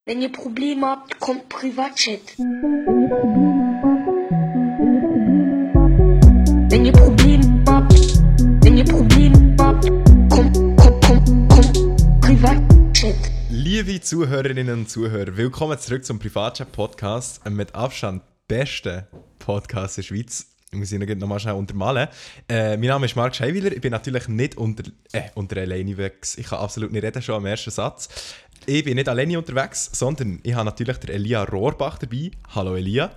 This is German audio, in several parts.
Wenn ihr Probleme habt, kommt Privatchat. Wenn ihr Probleme habt, kommt Privatchat. Liebe Zuhörerinnen und Zuhörer, willkommen zurück zum Privatchat-Podcast, mit Abstand besten Podcast der Schweiz. Ich muss ihn nochmal schnell untermalen. Mein Name ist Marc Scheiwiler, ich bin natürlich nicht unter alleine weg. Ich kann absolut nicht reden, schon am ersten Satz. Ich bin nicht alleine unterwegs, sondern ich habe natürlich den Elia Rohrbach dabei. Hallo Elia.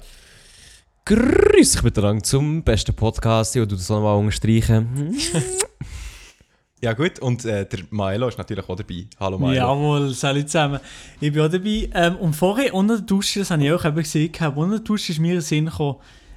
Grüß dich miteinander zum besten Podcast, und du das nochmal unterstreichen. Ja gut, und der Maelo ist natürlich auch dabei. Hallo Maelo. Jawohl, salut zusammen. Ich bin auch dabei. Und vorher unter der Dusche, das habe ich auch eben gesehen, unter der Dusche ist mir in den Sinn gekommen,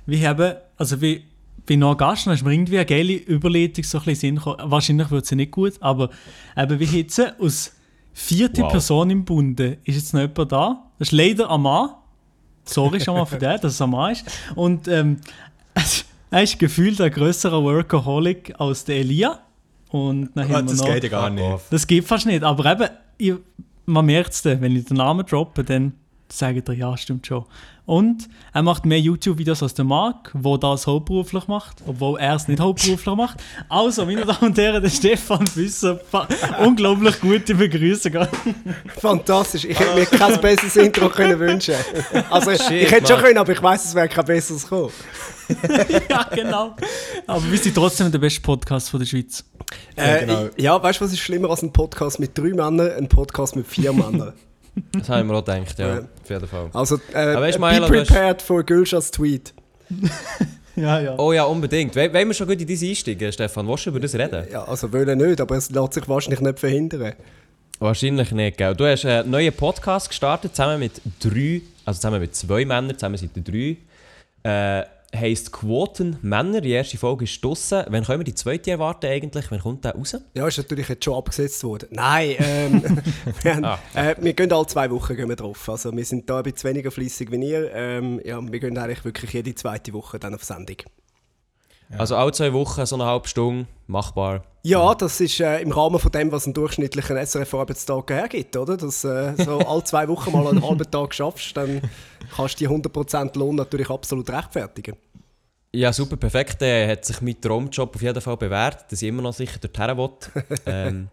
wie noch ein Gast, dann ist mir irgendwie eine geile Überleitung so ein bisschen in den Sinn gekommen. Wahrscheinlich wird sie nicht gut, aber eben wie jetzt als vierte Person im Bunde ist jetzt noch jemand da. Das ist leider ein Mann. Sorry schon mal für den, dass es ein Mann ist. Und er ist gefühlt ein grösserer Workaholic als der Elia. Und dann haben wir das noch, geht ja gar nicht. Das geht fast nicht, aber eben, man merkt es, wenn ich den Namen droppe, dann sagt er, ja, stimmt schon. Und er macht mehr YouTube-Videos als der Marc, der das hauptberuflich macht, obwohl er es nicht hauptberuflich macht. Also, meine Damen und Herren, der Stefan Büsser, unglaublich gute Begrüßung. Fantastisch, ich hätte mir kein besseres Intro können wünschen. Also, ich hätte schon können, aber ich weiss, es wäre kein besseres gekommen. Ja, genau. Aber wir sind trotzdem der beste Podcast von der Schweiz. Genau. Ja, weißt du, was ist schlimmer als ein Podcast mit 3 Männern, ein Podcast mit 4 Männern? Das habe ich mir auch gedacht, ja, auf jeden Fall. Also, weißt, be Maelo, prepared for Gülschas Tweet. Ja. Oh ja, unbedingt. Wollen wir schon gut in diese einsteigen, Stefan? Willst du über das reden? Ja, also wollen nicht, aber es lässt sich wahrscheinlich nicht verhindern. Wahrscheinlich nicht, gell? Du hast einen neuen Podcast gestartet, zusammen mit 2 Männern, zusammen sind ihr 3. Heisst Quotenmänner, die erste Folge ist draussen. Wann können wir die zweite erwarten eigentlich? Wann kommt der raus? Ja, ist natürlich jetzt schon abgesetzt worden. Nein, wir gehen alle 2 Wochen gehen wir drauf. Also wir sind da ein bisschen weniger fleissig wie ihr. Wir gehen eigentlich wirklich jede zweite Woche dann auf Sendung. Ja. Also alle 2 Wochen, so eine halbe Stunde, machbar. Ja, das ist im Rahmen von dem, was ein durchschnittlicher SRF-Arbeitstag hergibt, oder? Dass so alle 2 Wochen mal einen halben Tag schaffst, dann kannst du die 100% Lohn natürlich absolut rechtfertigen. Ja, super, perfekt. Hat sich mein Traumjob auf jeden Fall bewährt, dass ich immer noch sicher dorthin will.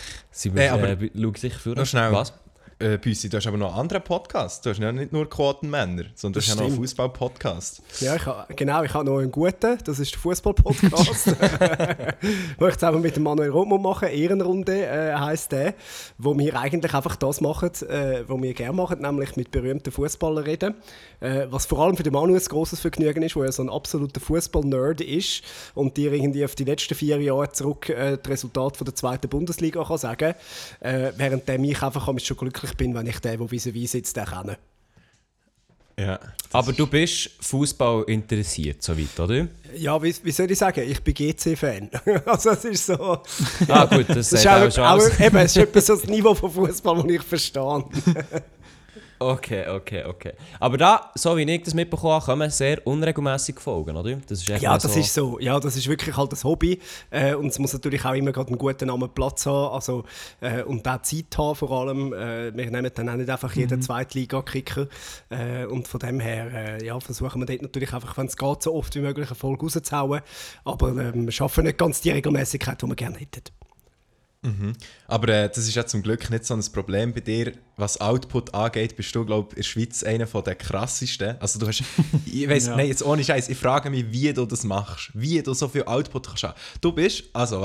Schau sicher für noch schnell. Was? Büssi, du hast aber noch einen anderen Podcast. Du hast ja nicht nur Quotenmänner, sondern du hast ja noch einen Fußball-Podcast. Ja, ich habe noch einen guten, das ist der Fußball-Podcast. Den ich zusammen mit dem Manuel Rothmund mache, Ehrenrunde heisst der, wo wir eigentlich einfach das machen, was wir gerne machen, nämlich mit berühmten Fußballern reden. Was vor allem für den Manu ein grosses Vergnügen ist, weil er so ein absoluter Fußball-Nerd ist und dir irgendwie auf die letzten 4 Jahre zurück das Resultat von der 2. Bundesliga kann sagen, während ich einfach schon glücklich bin, wenn ich den, der vis-à-vis sitzt, kenne. Ja, aber du bist Fußball interessiert, soweit, oder? Ja, wie soll ich sagen? Ich bin GC-Fan. Also es ist so... Gut, das ist auch schon alles. Eben, es ist etwa so das Niveau von Fußball, das ich verstehe. Okay. Aber da, so wie ich das mitbekommen habe, kommen sehr unregelmässig Folgen, oder? Das ist ist so. Ja, das ist wirklich halt das Hobby. Und es muss natürlich auch immer gerade einen guten Namen Platz haben. Also, und auch Zeit haben vor allem. Wir nehmen dann auch nicht einfach jeden Zweitliga-Kicker. Und von dem her versuchen wir dort natürlich einfach, wenn es geht, so oft wie möglich eine Folge rauszuhauen. Aber wir schaffen nicht ganz die Regelmäßigkeit, die wir gerne hätten. Mhm. Aber das ist ja zum Glück nicht so ein Problem bei dir. Was Output angeht, bist du, glaube ich, in der Schweiz einer der krassesten. Also du hast, ich weiss, nein, jetzt ohne Scheiß, ich frage mich, wie du das machst. Wie du so viel Output kannst haben. Du bist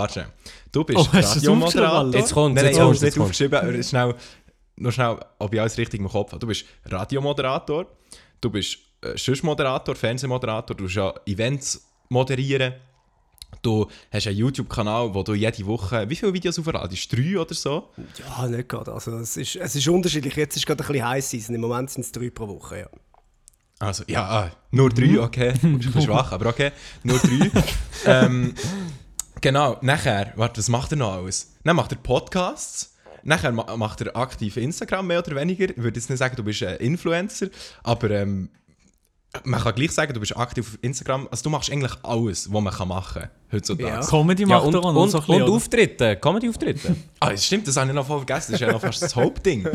Radiomoderator. Jetzt kommt ich habe es nicht aufgeschrieben, aber schnell, ob ich alles richtig im Kopf habe. Du bist Radiomoderator, du bist Schüssmoderator, Fernsehmoderator, du musst ja Events moderieren. Du hast einen YouTube-Kanal, wo du jede Woche, wie viele Videos aufladest? 3 oder so? Ja, nicht gerade. Also es ist unterschiedlich. Jetzt ist gerade ein bisschen High-Season. Im Moment sind es 3 pro Woche, ja. Also, nur 3, okay. Ist ein bisschen schwach, aber okay. Nur 3. Genau, nachher, was macht er noch alles? Dann macht er Podcasts. Nachher macht er aktiv Instagram, mehr oder weniger. Ich würde jetzt nicht sagen, du bist ein Influencer, aber man kann gleich sagen, du bist aktiv auf Instagram. Also du machst eigentlich alles, was man machen kann heutzutage. Ja. Comedy Ja, macht und, er auch noch und, so ein bisschen, und oder? Auftritte, Comedy-Auftritte. Ah, das stimmt, das habe ich noch voll vergessen. Das ist ja noch fast das Hauptding.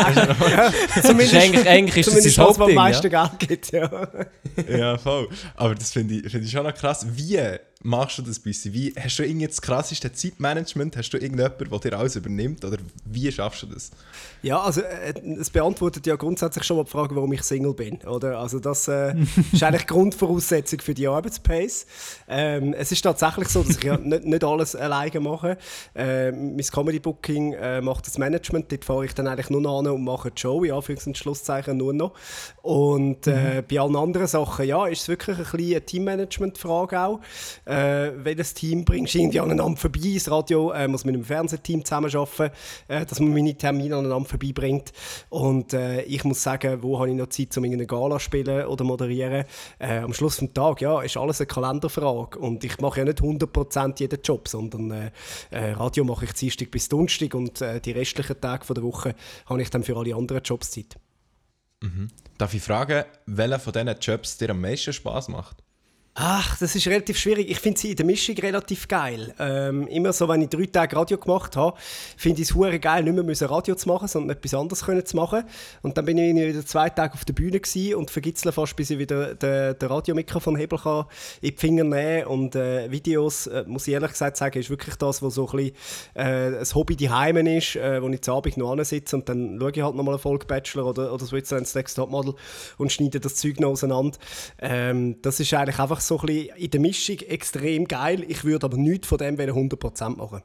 Zumindest, Eigentlich ist das zumindest sein das, was am Hauptding, meisten ja. Geld gibt. Ja. Ja, voll. Aber das finde ich schon noch krass. Wie machst du das ein bisschen? Wie, hast du irgendwie das krasseste Zeitmanagement? Hast du irgendjemanden, der dir alles übernimmt? Oder wie schaffst du das? Ja, also es beantwortet ja grundsätzlich schon mal die Frage, warum ich Single bin. Oder? Also das ist eigentlich die Grundvoraussetzung für die Arbeitspace. Es ist tatsächlich so, dass ich ja nicht alles alleine mache. Mein Comedy-Booking macht das Management. Dort fahre ich dann eigentlich nur noch an und mache die Show, in Anführungs- und Schlusszeichen nur noch. Und bei allen anderen Sachen, ja, ist es wirklich ein bisschen eine Teammanagement-Frage auch. Welches Team bringst du irgendwie aneinander vorbei? Das Radio muss mit einem Fernsehteam zusammenarbeiten, dass man meine Termine aneinander vorbeibringt. Und ich muss sagen, wo habe ich noch Zeit, um eine Gala zu spielen oder moderieren? Am Schluss des Tages, ja, ist alles eine Kalenderfrage. Und ich mache ja nicht 100% jeden Job, sondern Radio mache ich Dienstag bis Donnerstag und die restlichen Tage der Woche habe ich dann für alle anderen Jobs Zeit. Darf ich fragen, welcher von diesen Jobs dir am meisten Spass macht? Ach, das ist relativ schwierig. Ich finde sie in der Mischung relativ geil. Immer so, wenn ich 3 Tage Radio gemacht habe, finde ich es verdammt geil, nicht mehr Radio zu machen, sondern etwas anderes zu machen. Und dann bin ich wieder 2 Tage auf der Bühne gewesen und vergitzeln fast, bis ich wieder den Radiomikrofonhebel kann in die Finger nehmen. Und Videos, muss ich ehrlich gesagt sagen, ist wirklich das, was so ein bisschen ein Hobby daheim ist, wo ich zu Abend noch sitze und dann schaue ich halt nochmal eine Folge Bachelor oder Switzerland's Next Topmodel und schneide das Zeug noch auseinander. Das ist eigentlich einfach so ein bisschen in der Mischung extrem geil. Ich würde aber nichts von dem 100% machen.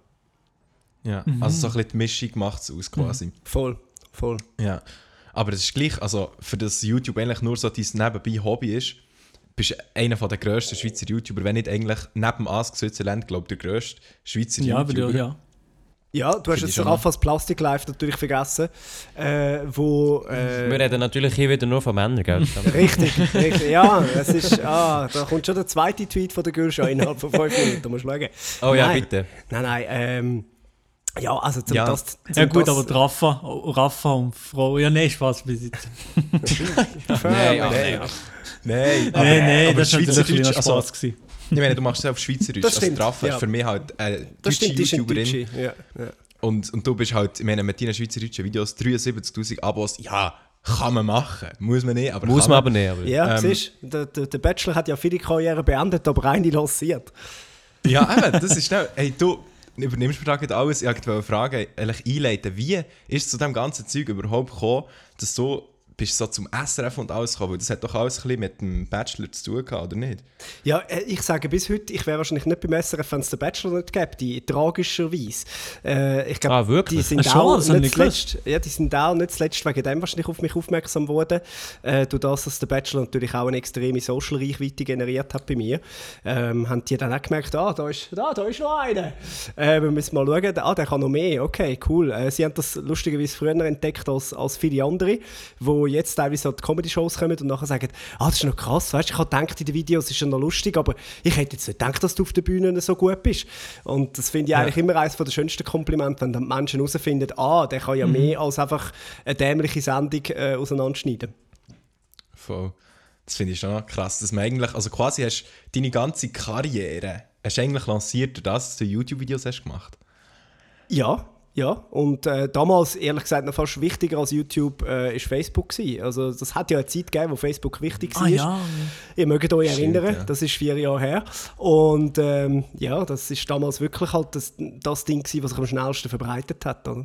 Ja, also so ein bisschen die Mischung macht es aus quasi. Voll. Ja, aber es ist gleich, also für das YouTube eigentlich nur so dein Nebenbei-Hobby ist, bist du einer der grössten Schweizer YouTuber, wenn nicht eigentlich neben Ask Switzerland, glaube ich, der grösste Schweizer Ja, YouTuber. aber ja. Ja, du hast Finde ich jetzt schon Raffas Plastic Live natürlich vergessen, wo... Wir reden natürlich hier wieder nur von Männern, gell? Richtig, ja, es ist... da kommt schon der zweite Tweet von der Gülscha innerhalb von 5 Minuten, musst du schauen. Oh ja, Nein, bitte. Nein, ja, also zum Ja. das... Ja gut, aber die Raffa und Frau... Ja, nein, Spaß bis jetzt. Nein, Nein, aber das war natürlich ein bisschen also, Spaß gewesen. ich meine, du machst es auf Schweizerdeutsch. Das stimmt, Also Raffa ja. ist für mich halt eine Das deutsche stimmt, die ist eine YouTuberin. Deutsche. Ja. Und du bist halt, ich meine, mit deinen schweizerdeutschen Videos 73'000 Abos, ja, kann man machen. Muss man nicht, aber Muss kann man aber nicht. Aber. Ja, siehst du, der Bachelor hat ja viele Karrieren beendet, aber eine lanciert. Ja, eben, das ist schnell. Hey, du übernimmst mir da gerade alles. Ich wollte fragen, eigentlich einleiten, wie ist es zu diesem ganzen Zeug überhaupt gekommen, dass du bist so zum SRF und alles gekommen? Weil das hat doch alles ein bisschen mit dem Bachelor zu tun gehabt, oder nicht? Ja, ich sage bis heute, ich wäre wahrscheinlich nicht beim SRF, wenn es den Bachelor nicht gäbe, tragischerweise. Ich glaube, wirklich? die sind Ach schon, auch das hab ich nicht nicht zuletzt, ja, die sind auch nicht zuletzt wegen dem wahrscheinlich auf mich aufmerksam geworden. Durch das, dass der Bachelor natürlich auch eine extreme Social-Reichweite generiert hat bei mir, haben die dann auch gemerkt, da ist noch einer. Wir müssen mal schauen, der kann noch mehr. Okay, cool. Sie haben das lustigerweise früher entdeckt als viele andere, die jetzt teilweise an die Comedy-Shows kommen und nachher sagen, das ist noch krass, weißt, ich habe gedacht, in den Videos ist ja noch lustig, aber ich hätte jetzt nicht gedacht, dass du auf der Bühne so gut bist. Und das finde ich eigentlich immer eines der schönsten Komplimente, wenn dann die Menschen herausfinden, der kann ja mehr als einfach eine dämliche Sendung auseinanderschneiden. Voll. Das finde ich schon noch krass, dass man eigentlich, also quasi hast deine ganze Karriere hast du eigentlich lanciert, durch das, dass du YouTube-Videos hast gemacht. Ja, und damals, ehrlich gesagt, noch fast wichtiger als YouTube ist Facebook gewesen. Also das hat ja eine Zeit gegeben, wo Facebook wichtig war. Ja. Ihr mögt euch Stimmt, erinnern, ja. das ist 4 Jahre her. Und ja, das ist damals wirklich halt das Ding gewesen, was sich am schnellsten verbreitet hat. Oder?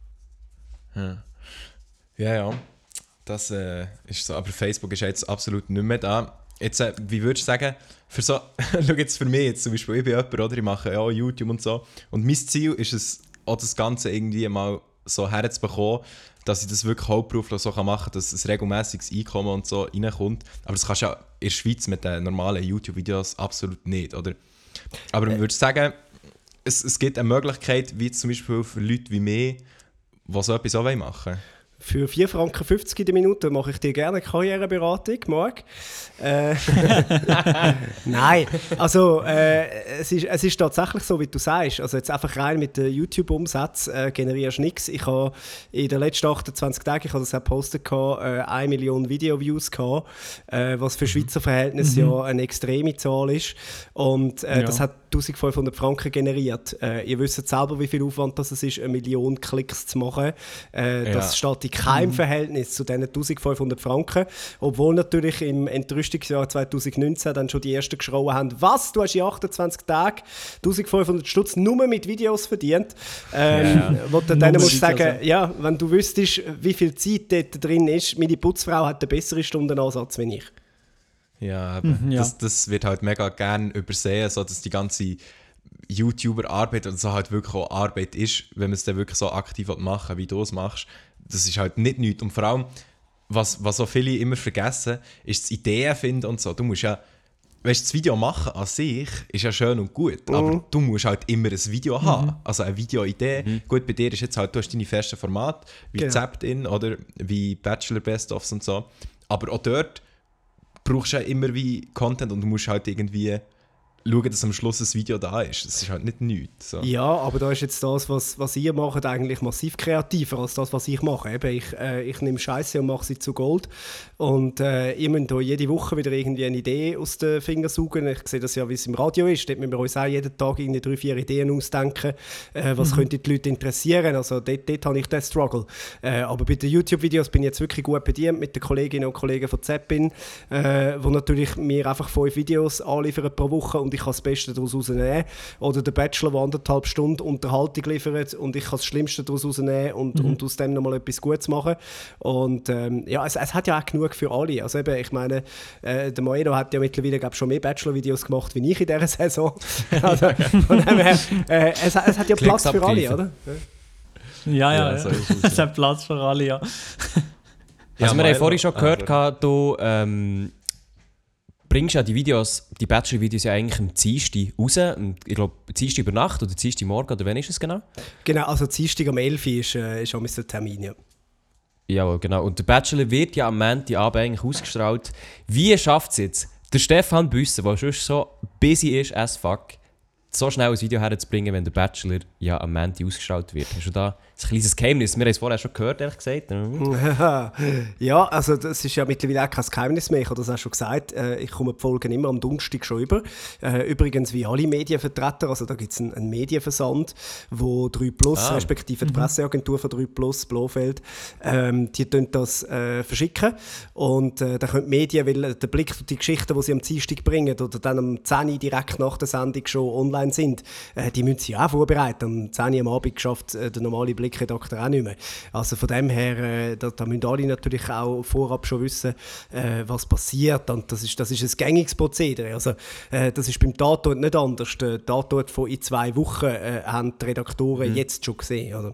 Ja. Das ist so, aber Facebook ist jetzt absolut nicht mehr da. Jetzt, wie würdest du sagen, für so, schau jetzt für mich jetzt zum Beispiel, ich bin jemand, oder ich mache ja YouTube und so. Und mein Ziel ist es, auch das Ganze irgendwie mal so herzubekommen, dass ich das wirklich hauptberuflich so machen kann, dass ein regelmäßiges Einkommen und so reinkommt. Aber das kannst du ja in der Schweiz mit den normalen YouTube-Videos absolut nicht, oder? Aber würdest du sagen, es gibt eine Möglichkeit, wie zum Beispiel für Leute wie mich, die so etwas auch machen wollen? Für 4,50 Franken in der Minute mache ich dir gerne eine Karriereberatung, Marc. Nein, also es ist tatsächlich so, wie du sagst. Also jetzt einfach rein mit den YouTube-Umsätzen generierst du nichts. Ich habe in den letzten 28 Tagen, ich habe das auch gepostet, 1 Million Video-Views gehabt, was für Schweizer Verhältnisse ja eine extreme Zahl ist. Und das hat 1500 Franken generiert. Ihr wisst selber, wie viel Aufwand das ist, 1 Million Klicks zu machen. Das steht in keinem Verhältnis zu diesen 1500 Franken. Obwohl natürlich im Entrüstungsjahr 2019 dann schon die ersten geschrauen haben, was, du hast in 28 Tagen 1500 Stutz nur mit Videos verdient. Wo du dann musst sagen, ja, wenn du wüsstest, wie viel Zeit dort drin ist, meine Putzfrau hat einen besseren Stundenansatz als ich. Ja, das wird halt mega gern übersehen, so dass die ganze YouTuber-Arbeit und so halt wirklich auch Arbeit ist, wenn man es dann wirklich so aktiv machen will, wie du es machst. Das ist halt nicht nichts. Und vor allem, was so viele immer vergessen, ist das Ideen finden und so. Du musst ja, weißt, das Video machen an sich ist ja schön und gut, aber du musst halt immer ein Video haben, also eine Videoidee. Gut, bei dir ist jetzt halt, du hast deine festen Formate, wie Zapped-In oder wie Bachelor Best-ofs und so. Aber auch dort brauchst du ja immer wie Content und du musst halt irgendwie schauen, dass am Schluss ein Video da ist. Das ist halt nicht nichts. So. Ja, aber da ist jetzt das, was ihr macht, eigentlich massiv kreativer als das, was ich mache. Eben, ich nehme Scheiße und mache sie zu Gold. Und ihr müsst da jede Woche wieder irgendwie eine Idee aus den Fingern saugen. Ich sehe das ja, wie es im Radio ist. Dort müssen wir uns auch jeden Tag 3-4 Ideen ausdenken, was könnte die Leute interessieren. Also dort habe ich den Struggle. Aber bei den YouTube-Videos bin ich jetzt wirklich gut bedient mit den Kolleginnen und Kollegen von Zapped-In, wo natürlich mir einfach 5 Videos anliefern pro Woche und ich kann das Beste daraus rausnehmen. Oder der Bachelor, der 1,5 Stunden Unterhaltung liefert und ich kann das Schlimmste daraus rausnehmen und aus dem nochmal etwas Gutes machen. Und ja, es hat ja auch genug für alle. Also eben, ich meine, der Moero hat ja mittlerweile, glaube ich, schon mehr Bachelor-Videos gemacht wie ich in dieser Saison. Also von dem her, es hat ja Platz für alle, oder? Ja. So ist Es hat Platz für alle, ja. Also wir haben vorhin schon gehört, du bringst ja die Videos, die Bachelor-Videos ja eigentlich am Dienstag raus. Ich glaube, Dienstag über Nacht oder Dienstag morgen, oder wann ist es genau? Genau, also Dienstag um 11 Uhr ist auch der Termin, ja. Ja, genau. Und der Bachelor wird ja am Montagabend eigentlich ausgestrahlt. Wie schafft es jetzt der Stefan Büsser, der schon so busy ist as fuck, so schnell ein Video herzubringen, wenn der Bachelor ja am Montag ausgestrahlt wird? Hast du da ein kleines Geheimnis? Wir haben es vorher schon gehört, ehrlich gesagt. Ja, also das ist ja mittlerweile auch kein Geheimnis mehr. Ich habe das auch schon gesagt. Ich komme die Folgen immer am Donnerstag schon über. Übrigens wie alle Medienvertreter. Also da gibt es einen Medienversand, wo 3+, respektive die Presseagentur von 3+, Blofeld, die das verschicken. Und dann können die Medien, weil der Blick auf die Geschichten, die sie am Dienstag bringen oder dann am 10 Uhr direkt nach der Sendung schon online sind, die müssen sie auch vorbereiten. Am 10 Uhr am Abend schafft der normale Blickredakteur auch nicht mehr. Also von dem her, da müssen alle natürlich auch vorab schon wissen, was passiert. Und das ist ein gängiges Prozedere. Also, das ist beim Tatort nicht anders. Der Tatort von in 2 Wochen haben die Redaktoren jetzt schon gesehen. Oder?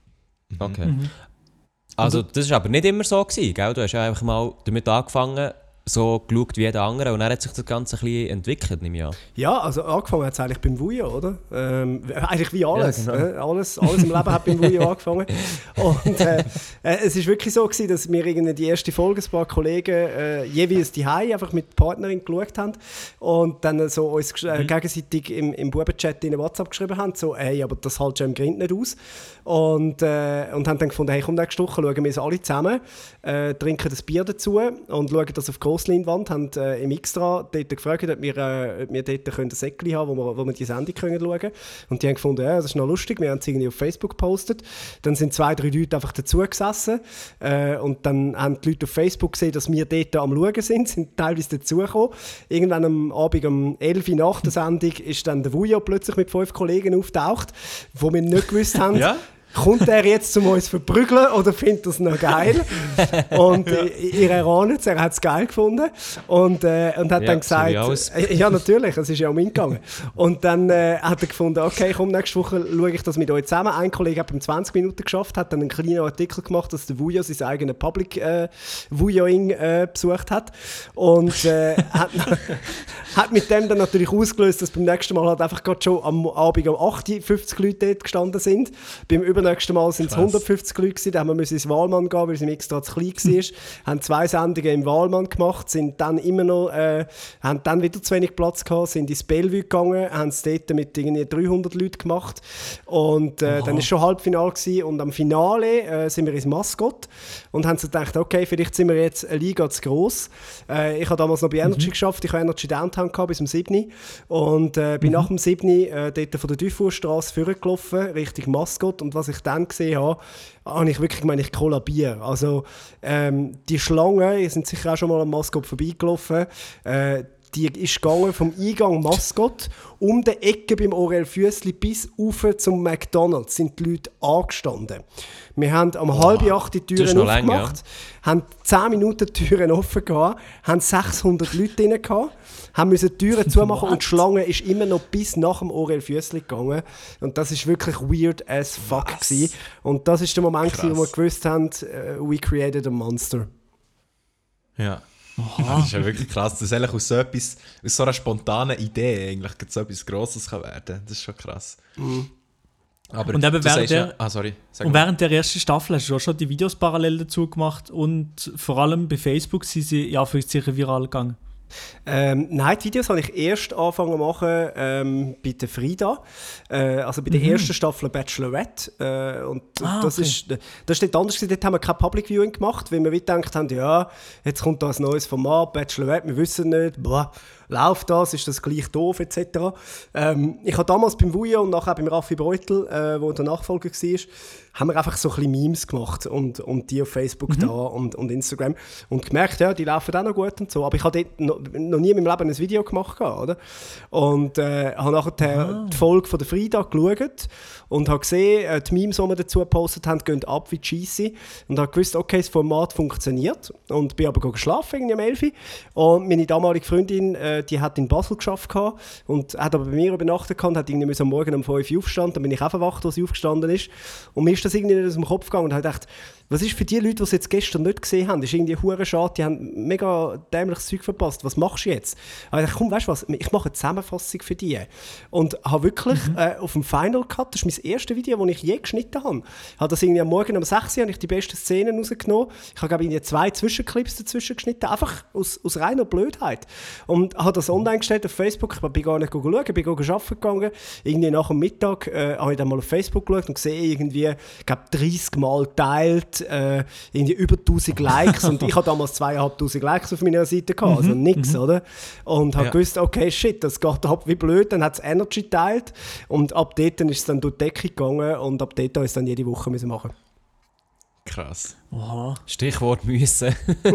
Okay. Also das war aber nicht immer so gewesen, gell? Du hast ja einfach mal damit angefangen, so geschaut wie jeder andere und dann hat sich das Ganze ein bisschen entwickelt, nehme ich an. Ja, also angefangen hat es eigentlich beim Vujo, oder? Eigentlich wie alles. Ja, genau. Alles im Leben hat beim Vujo angefangen. Und es war wirklich so gewesen, dass wir irgendwie die erste Folge, ein paar Kollegen, jeweils die einfach mit Partnerin geschaut haben und dann so uns gegenseitig im Bubenchat in WhatsApp geschrieben haben, so, hey, aber das hält schon im Grind nicht aus. Und haben dann gefunden, hey, komm, nächste Woche schauen wir es alle zusammen, trinken das Bier dazu und schauen das auf Grossleinwand, haben im Extra dort gefragt, ob wir dort ein Säckchen haben können, wo wir die Sendung schauen können. Und die haben gefunden, ja, das ist noch lustig, wir haben es irgendwie auf Facebook gepostet. Dann sind 2-3 Leute einfach dazu gesessen und dann haben die Leute auf Facebook gesehen, dass wir dort am Schauen sind teilweise dazugekommen. Irgendwann am Abend um 11 Uhr nach der Sendung ist dann der Vujo plötzlich mit 5 Kollegen auftaucht, wo wir nicht gewusst haben, Ja? kommt er jetzt, um uns zu verprügeln oder findet er es noch geil? Und ihr erahnt es, er hat es geil gefunden und hat dann gesagt, ja natürlich, es ist ja um ihn gegangen. Und dann hat er gefunden, okay, komm, nächste Woche schaue ich das mit euch zusammen. Ein Kollege hat in 20 Minuten geschafft, hat dann einen kleinen Artikel gemacht, dass der Vujo sein eigenes Public Vujoing besucht hat und hat mit dem dann natürlich ausgelöst, dass beim nächsten Mal halt einfach gerade schon am Abend um 8 Uhr 50 Leute dort gestanden sind. Beim übernächsten Mal sind es 150 Leute gewesen, da haben wir ins Wahlmann gehen, weil es ihm extra zu klein war. Haben 2 Sendungen im Wahlmann gemacht, sind dann immer noch, haben dann wieder zu wenig Platz gehabt, sind ins Bellevue gegangen, haben es dort mit irgendwie 300 Leuten gemacht und dann war schon Halbfinale gewesen, und am Finale sind wir ins Maskott und haben so gedacht, okay, vielleicht sind wir jetzt eine Liga zu gross. Ich habe damals noch bei Energy geschafft, ich habe Energy Downtown gehabt, bis zum 7. Und bin nach dem 7. Dort von der Dufourstrasse vorgelaufen, Richtung Maskott. Und was ich dann gesehen habe, habe ich wirklich gemeint, ich kollabiere. Also die Schlange, ihr seid sicher auch schon mal am Maskott vorbeigelaufen, die ist gegangen vom Eingang Maskott um die Ecke beim Aurel Füssli bis rauf zum McDonald's sind die Leute angestanden. Wir haben um 7:30 die Türen aufgemacht, haben 10 Minuten die Türen offen gehabt, haben 600 Leute drin gehabt, haben müssen die Türen zumachen und die Schlange ist immer noch bis nach dem Aurel Füssli gegangen. Und das ist wirklich weird as fuck gewesen. Und das ist der Moment, wo wir gewusst haben, we created a monster. Ja. Das ist ja wirklich krass, dass eigentlich aus so einer spontanen Idee eigentlich so etwas Grosses kann werden. Das ist schon krass. Aber und eben während der ersten Staffel hast du auch schon die Videos parallel dazu gemacht und vor allem bei Facebook sind sie ja für sicher viral gegangen. Nein, die Videos habe ich erst angefangen zu machen bei der Frida, also bei der ersten Staffel Bachelorette. Und das ist dort anders gewesen. Dort haben wir kein Public Viewing gemacht, weil wir gedacht haben, ja, jetzt kommt da ein neues Format, Bachelorette, wir wissen nicht, läuft das, ist das gleich doof, etc. Ich habe damals beim Vuja und nachher beim Raffi Beutel, wo der Nachfolger war, haben wir einfach so ein bisschen Memes gemacht und die auf Facebook da und Instagram und gemerkt, ja, die laufen auch noch gut und so. Aber ich habe dort noch nie in meinem Leben ein Video gemacht, oder? Und habe nachher die Folge von der Frida geschaut und habe gesehen, die Memes, die wir dazu gepostet haben, gehen ab wie Cheesy und habe gewusst, okay, das Format funktioniert und bin aber geschlafen irgendwie um 11 Uhr. Und meine damalige Freundin, die hat in Basel geschafft und hat aber bei mir übernachtet und hat irgendwie am Morgen um 5 Uhr aufgestanden, dann bin ich auch verwacht, als sie aufgestanden ist und mir ist das irgendwie nicht aus dem Kopf gegangen und habe gedacht, was ist für die Leute, die es jetzt gestern nicht gesehen haben, das ist irgendwie hure schade, die haben mega dämliches Zeug verpasst, was machst du jetzt? Aber ich dachte, komm, weißt du was, ich mache eine Zusammenfassung für die und habe wirklich auf dem Final Cut, das ist mein erstes Video, das ich je geschnitten habe, habe das irgendwie am Morgen um 6 Uhr habe ich die besten Szenen rausgenommen, ich habe glaube ich 2 Zwischenclips dazwischen geschnitten, einfach aus reiner Blödheit und habe das online gestellt auf Facebook, ich bin gar nicht schauen, bin arbeiten gegangen, irgendwie nach dem Mittag habe ich dann mal auf Facebook geschaut und gesehen, irgendwie, ich glaube 30 Mal geteilt, irgendwie über 1000 Likes und ich hatte damals 2500 Likes auf meiner Seite gehabt, also nix, oder? Und habe gewusst, okay, shit, das geht ab wie blöd, dann hat es Energy geteilt und ab dort ist es dann durch die Decke gegangen und ab dort ist es dann jede Woche machen. Krass. Oha. Stichwort müssen.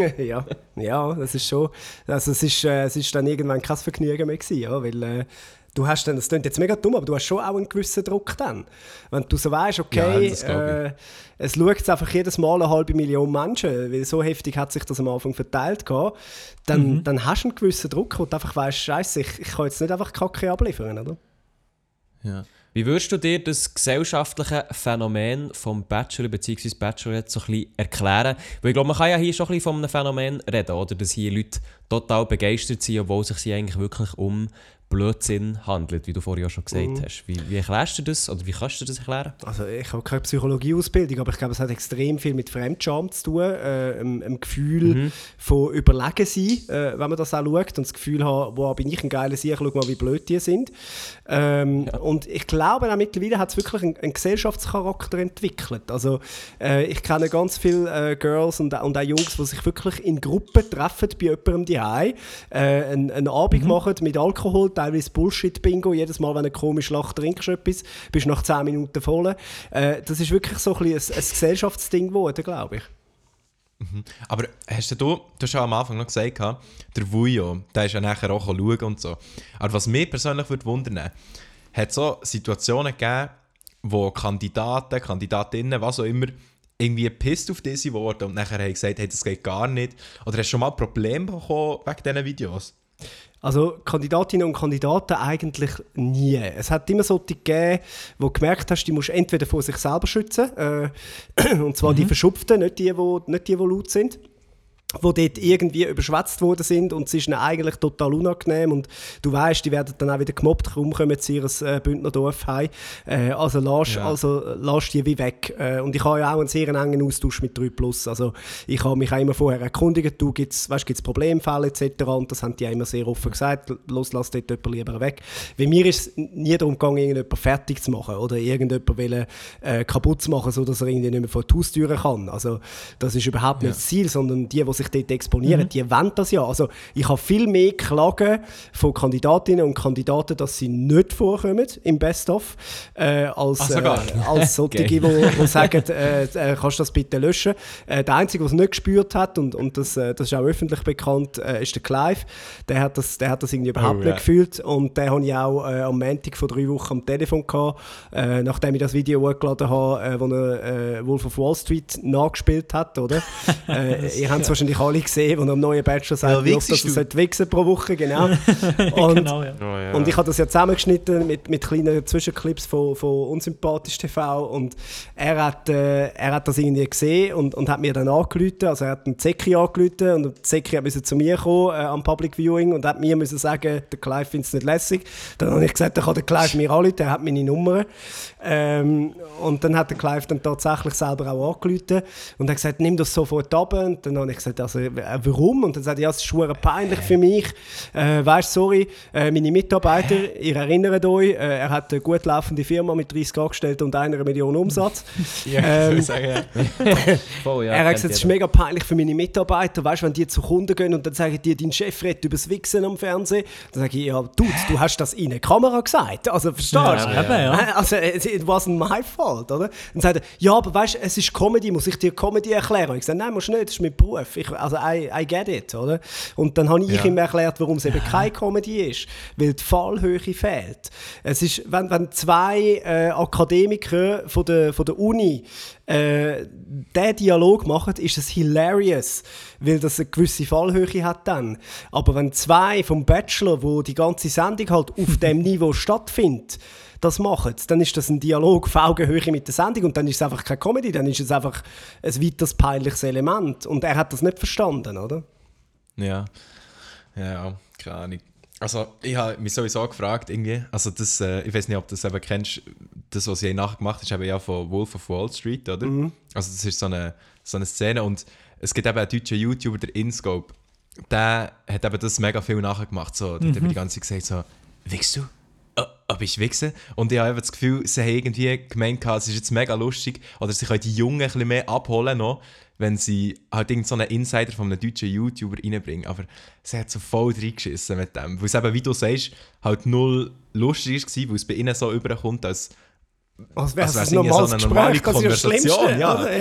ja, das ist schon, also es ist dann irgendwann kein Vergnügen mehr gewesen, ja, weil du hast dann, das klingt jetzt mega dumm, aber du hast schon auch einen gewissen Druck dann. Wenn du so weißt, okay, es schaut jetzt einfach jedes Mal 500.000 Menschen, weil so heftig hat sich das am Anfang verteilt gehabt, dann hast du einen gewissen Druck, wo du einfach weißt, Scheiße, ich kann jetzt nicht einfach Kacke abliefern, oder? Ja. Wie würdest du dir das gesellschaftliche Phänomen vom Bachelor bzw. Bachelorette so ein bisschen erklären? Weil ich glaube, man kann ja hier schon ein bisschen von einem Phänomen reden, oder? Dass hier Leute total begeistert sind, obwohl es sich eigentlich wirklich um Blödsinn handelt, wie du vorhin auch schon gesagt hast. Wie erklärst du das oder wie kannst du das erklären? Also ich habe keine Psychologieausbildung, aber ich glaube, es hat extrem viel mit Fremdscham zu tun, ein Gefühl von überlegen sein, wenn man das auch schaut und das Gefühl haben, wow, bin ich ein geiler Sieg, schau mal, wie blöd die sind. Und ich glaube, auch mittlerweile hat es wirklich einen Gesellschaftscharakter entwickelt. Also ich kenne ganz viele Girls und auch Jungs, die sich wirklich in Gruppen treffen bei jemandem daheim, einen Abend machen mit Alkohol, teilweise Bullshit-Bingo. Jedes Mal, wenn du komisch lachst, trinkst du etwas, bist nach 10 Minuten voll. Das ist wirklich so ein Gesellschaftsding geworden, glaube ich. Aber hast du hast ja am Anfang noch gesagt, der Vujo, der ist ja nachher auch schauen und so. Aber was mich persönlich wundern würde, hat es so Situationen gegeben, wo Kandidaten, Kandidatinnen, was auch immer, irgendwie gepisst auf diese Worte und nachher haben gesagt, hey, das geht gar nicht. Oder hast du schon mal Probleme bekommen wegen diesen Videos? Also Kandidatinnen und Kandidaten eigentlich nie. Es hat immer solche gegeben, wo du gemerkt hast, die musst entweder vor sich selber schützen, und zwar die Verschupften, nicht die laut sind. die dort irgendwie überschwätzt worden sind und es ist ihnen eigentlich total unangenehm und du weißt, die werden dann auch wieder gemobbt, kaum kommen sie in ihr Bündnerdorf heim. Also lass die wie weg. Und ich habe ja auch einen sehr engen Austausch mit 3+. Also ich habe mich auch immer vorher erkundigt, gibt's Problemfälle etc. Und das haben die auch immer sehr offen gesagt, lass dort jemanden lieber weg. Bei mir ist es nie darum gegangen, irgendjemanden fertig zu machen oder irgendjemanden kaputt zu machen, sodass er irgendwie nicht mehr vor die Haustüre kann. Also das ist überhaupt nicht das Ziel, sondern die sich dort exponieren, die wollen das ja. Also ich habe viel mehr Klagen von Kandidatinnen und Kandidaten, dass sie nicht vorkommen im Best-of, als solche, die sagen, kannst du das bitte löschen. Der Einzige, der es nicht gespürt hat, und das ist auch öffentlich bekannt, ist der Clive. Der hat das irgendwie überhaupt nicht gefühlt und den habe ich auch am Montag vor 3 Wochen am Telefon gehabt, nachdem ich das Video hochgeladen habe, wo er Wolf of Wall Street nachgespielt hat, oder? Ihr habt es wahrscheinlich alle gesehen, wo er am neuen Bachelor sagt, dass er wichsen pro Woche, genau. Und, genau, ja. Und ich habe das ja zusammengeschnitten mit kleinen Zwischenclips von Unsympathisch TV und er hat das irgendwie gesehen und hat mir dann angerufen, also er hat einen Zeki angerufen und der Zeki musste zu mir kommen am Public Viewing und hat mir müssen sagen, der Clive findet es nicht lässig. Dann habe ich gesagt, dann kann der Clive mir anrufen, er hat meine Nummer. Und dann hat der Clive dann tatsächlich selber auch angerufen und hat gesagt, nimm das sofort ab. Und dann habe ich gesagt, also, warum? Und dann sagt er, ja, es ist schwer peinlich für mich. Weißt du, sorry, meine Mitarbeiter, ihr erinnert euch, er hat eine gut laufende Firma mit 30 Angestellten und 1 Million Umsatz. Ja, ich sagen, ja. Voll, ja, er hat gesagt, es ist mega peinlich für meine Mitarbeiter, weißt du, wenn die zu Kunden gehen und dann sagen die, dein Chef redet über das Wichsen am Fernsehen, dann sage ich, ja, Dude, du hast das in eine Kamera gesagt, also verstehst du? Ja. Also, it wasn't my fault, oder? Dann sagt er, ja, aber weißt du, es ist Comedy, muss ich dir Comedy erklären? Und ich sage, nein, musst du nicht, das ist mein Beruf, I get it, oder? Und dann habe ich ihm erklärt, warum es eben keine Comedy ist, weil die Fallhöhe fehlt. Es ist, wenn 2 Akademiker von der Uni diesen Dialog machen, ist es hilarious, weil das eine gewisse Fallhöhe hat dann. Aber wenn 2 vom Bachelor, wo die ganze Sendung halt auf dem Niveau stattfindet, das machen, dann ist das ein Dialog auf Augenhöhe mit der Sendung und dann ist es einfach keine Comedy, dann ist es einfach ein weiteres peinliches Element. Und er hat das nicht verstanden, oder? Ja, keine Ahnung. Also ich habe mich sowieso gefragt, irgendwie, also das, ich weiß nicht, ob du das eben kennst, das, was sie nachher gemacht haben, ist eben ja von Wolf of Wall Street, oder? Mhm. Also das ist so eine Szene und es gibt eben einen deutschen YouTuber, der InScope, der hat eben das mega viel nachher gemacht, so, der hat eben die ganze Zeit gesagt so, wichst du? Ob ich wichse? Und ich habe eben das Gefühl, sie haben irgendwie gemeint, es ist jetzt mega lustig, oder sie können die Jungen ein bisschen mehr abholen noch, wenn sie halt irgend so einen Insider von einem deutschen YouTuber reinbringen. Aber sie hat so voll reingeschissen mit dem. Weil es eben, wie du sagst, halt null lustig war, weil es bei ihnen so überkommt, als wäre es ein normale Konversation.